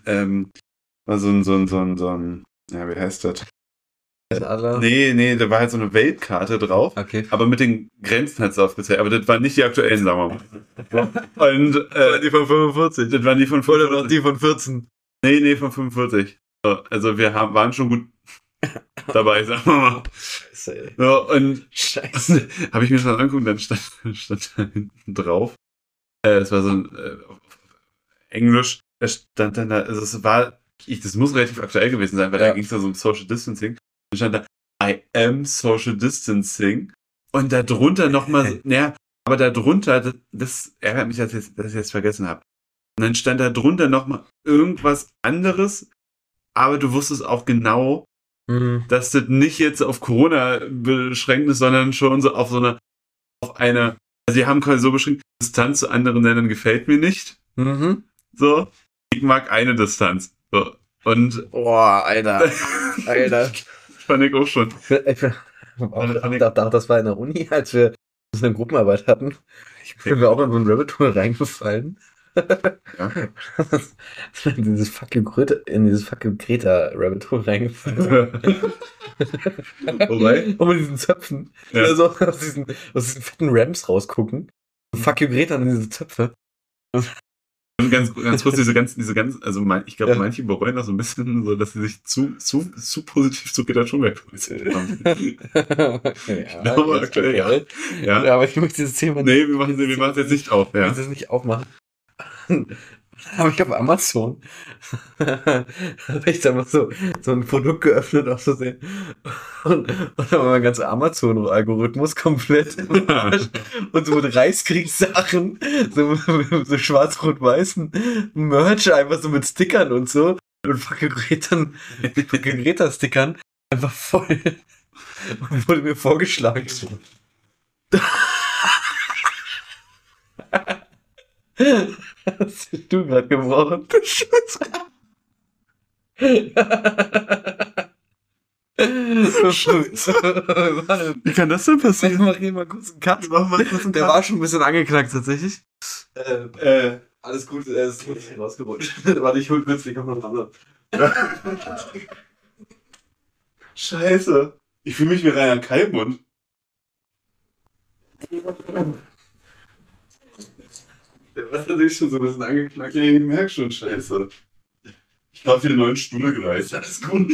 ja, wie heißt das? Nee, da war halt so eine Weltkarte drauf. Okay. Aber mit den Grenzen hat es aufgezählt. Aber das waren nicht die aktuellen, sagen wir mal. Und, das waren die von 45. Das waren die von 45. Oder noch die von 14. Nee, von 45. So, also wir waren schon gut dabei, sagen wir mal. Scheiße, ey. So, und Scheiße. Habe ich mir schon angeguckt, dann stand da hinten drauf. Es war so ein auf Englisch, da stand dann da, also es war das muss relativ aktuell gewesen sein, weil da ging es ja so um Social Distancing. Da stand da, I am Social Distancing. Und da drunter nochmal, aber da drunter, das ärgert mich, dass ich jetzt vergessen habe. Und dann stand da drunter nochmal irgendwas anderes, aber du wusstest auch genau, dass das nicht jetzt auf Corona beschränkt ist, sondern schon so auf eine, also die haben quasi so beschrieben, Distanz zu anderen Ländern gefällt mir nicht. So, ich mag eine Distanz. So. Und boah, Alter. fand ich auch schon. Ich dachte, das war in der Uni, als wir eine Gruppenarbeit hatten. Sind wir auch in so ein Rabbit Hole reingefallen. Ja. in dieses fucking Greta Rabbit Hole reingefallen. Wobei? Und mit diesen Zöpfen, die da so aus diesen fetten Rams rausgucken. Fuck you Greta an diese Zöpfe. Und ganz kurz, diese ganzen, also ich glaube, manche bereuen das so ein bisschen, so, dass sie sich zu positiv zu Greta Thunberg geäußert haben. Ja, aber ich möchte dieses Thema wir machen es jetzt nicht auf. Ja. Ich möchte es nicht aufmachen. Aber ich habe Amazon. Habe ich da mal so ein Produkt geöffnet aus Versehen. Und dann war mein ganzer Amazon-Algorithmus komplett im Arsch. Und so mit Reichskriegssachen, so schwarz-rot-weißen Merch, einfach so mit Stickern und so. Und fucking Greta-Stickern einfach voll. Und wurde mir vorgeschlagen. Hast du gerade gebrochen? Wie kann das denn passieren? Ich mach hier mal kurz einen Cut. Der war schon ein bisschen angeknackt tatsächlich. Alles gut, er ist nicht rausgerutscht. Warte, ich hol kurz, ich hab noch einen anderen. Scheiße. Ich fühle mich wie Rainer Kalmund. Der war natürlich schon so ein bisschen angeknackt. Ja, ich merke schon, scheiße. Ich habe hier einen neuen Stuhl gereicht. Alles gut.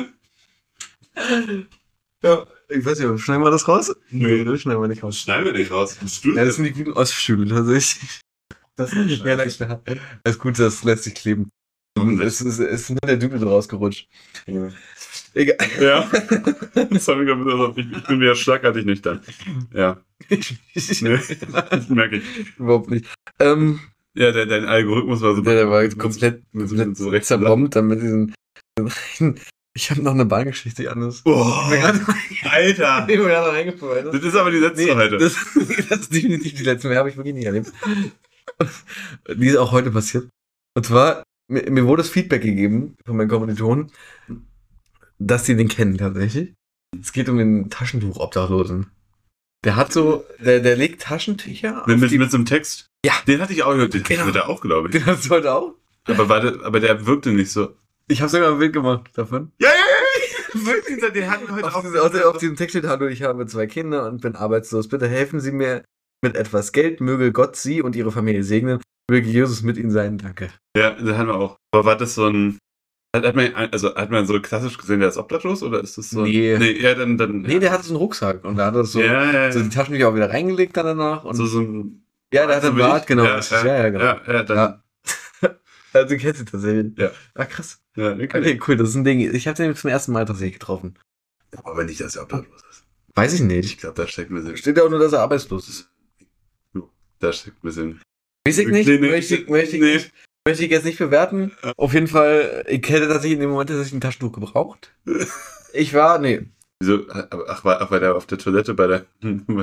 Ja, ich weiß nicht, schneiden wir das raus? Nee, das schneiden wir nicht raus. Schneiden wir nicht raus. Ja, das sind die guten Oststühle tatsächlich. Das ist ja, klar. Alles gut, das lässt sich kleben. Es ist nur der Dübel rausgerutscht. Ja. Egal. Ja. Das hab ich bin wieder schlagartig nüchtern. Ja. Nee, das merke ich. Überhaupt nicht. Ja, dein Algorithmus war super. Der war komplett so recht zerbombt dann mit diesen. Ich habe noch eine Bahngeschichte, Janus. Oh, Alter! Die mir gerade noch eingefallen. Das ist aber die letzte heute. Das ist definitiv die letzte. Mehr habe ich wirklich nicht erlebt. Die ist auch heute passiert. Und zwar, mir wurde das Feedback gegeben von meinen Kommilitonen, dass sie den kennen tatsächlich. Es geht um den Taschentuch-Obdachlosen. Der hat so, der legt Taschentücher mit so einem Text? Ja. Den hatte ich auch gehört. Den Genau. hat er auch, glaube ich. Den hast du heute auch? Aber der wirkte nicht so. Ich habe sogar ein Bild gemacht davon. Ja. Wirklich, den hatten wir heute auch. Auf diesem Text steht, hallo, ich habe 2 Kinder und bin arbeitslos. Bitte helfen Sie mir mit etwas Geld. Möge Gott Sie und Ihre Familie segnen. Möge Jesus mit Ihnen sein. Danke. Ja, den hatten wir auch. Aber war das so ein... Hat man so klassisch gesehen, der ist obdachlos, oder ist das so? Nee. Nee, der hatte so einen Rucksack und da hat er so die Taschentücher auch wieder reingelegt dann danach. Und so ein... Ja, der hat einen Bart, genau. Ja, genau. Ja. Also du kennst ihn tatsächlich. Ja. Ah, krass. Ja, okay, cool, das ist ein Ding. Ich habe den zum ersten Mal tatsächlich getroffen. Aber nicht, dass er obdachlos ist. Weiß ich nicht. Ich glaube, da steckt ein bisschen... Steht ja auch nur, dass er arbeitslos ist. Da steckt ein bisschen... Weiß ich nicht. Möchte ich jetzt nicht bewerten. Auf jeden Fall, ich hätte tatsächlich in dem Moment tatsächlich ein Taschentuch gebraucht. Wieso? Ach, war der auf der Toilette bei der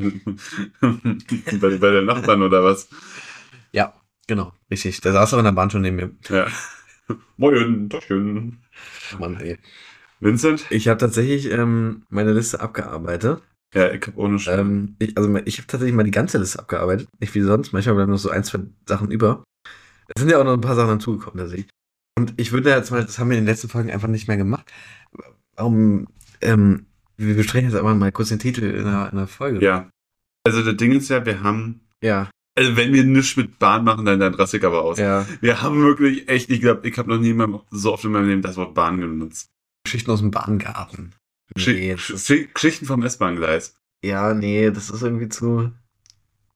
bei der Nachbarn oder was? Ja, genau, richtig. Der saß auch in der Bahn schon neben mir. Ja. Moin, Taschen. Mann, ey. Vincent? Ich habe tatsächlich meine Liste abgearbeitet. Ja, ich habe ohne Schmerzen. Ich habe tatsächlich mal die ganze Liste abgearbeitet. Nicht wie sonst. Manchmal bleiben noch so 1, 2 Sachen über. Es sind ja auch noch ein paar Sachen dazugekommen, tatsächlich. Und ich würde jetzt mal, das haben wir in den letzten Folgen einfach nicht mehr gemacht. Warum, wir besprechen jetzt einfach mal kurz den Titel in einer Folge. Ja. Also das Ding ist ja, wir haben... Ja. Also wenn wir nichts mit Bahn machen, dann raste ich aber aus. Ja. Wir haben wirklich echt, ich glaube, ich habe noch nie so oft in meinem Leben das Wort Bahn genutzt. Geschichten aus dem Bahngarten. Geschichten vom S-Bahn-Gleis. Ja, nee, das ist irgendwie zu...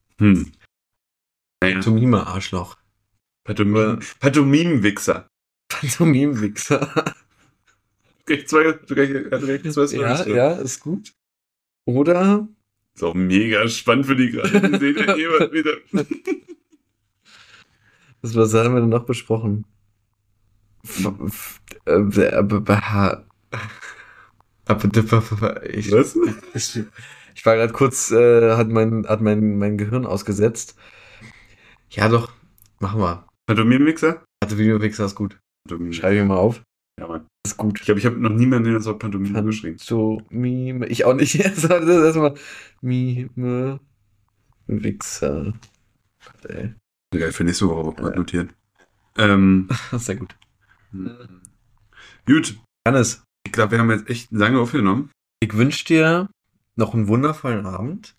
Naja. Pantomime-Arschloch. Pantomimen-Wichser. Pantomim-Wichser. Gleich zwei Ja, ja, ist gut. Oder Ist auch mega spannend für die gerade. Die sehen ja jemand wieder. was haben wir denn noch besprochen? Ich, Was? ich war gerade kurz, hat mein Gehirn ausgesetzt. Ja, doch, machen wir. Pantomim-Mixer? Also Videowichser ist gut. Pantomim. Schreibe ich mal auf. Ja, Mann. Ist gut. Ich glaube, ich habe noch niemanden das Wort Pantomime geschrieben. Pantomime. Ich auch nicht. Das ist erstmal Mime. Wichser. Gott, ey. Geil, für nächste Woche auch mal notieren. Das ist sehr gut. Gut. Hannes, Ich glaube, wir haben jetzt echt lange aufgenommen. ich wünsche dir noch einen wundervollen Abend.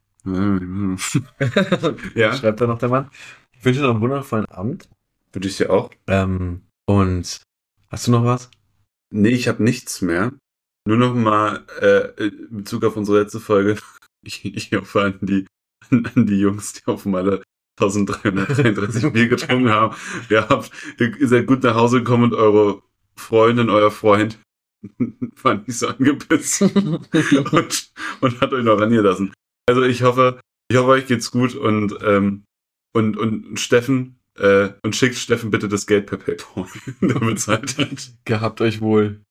Ja. Schreibt da noch der Mann. Ich wünsche dir noch einen wundervollen Abend. Würde ich dir auch? Und hast du noch was? Nee, ich habe nichts mehr. Nur noch mal in Bezug auf unsere letzte Folge. Ich hoffe an die Jungs, die auf Malle 1333 Bier getrunken haben. Ihr seid gut nach Hause gekommen und eure Freundin, euer Freund war nicht so angepisst und hat euch noch rangelassen. Also ich hoffe, euch geht's gut und Steffen, und schickt Steffen bitte das Geld per PayPal, der bezahlt hat. Gehabt euch wohl.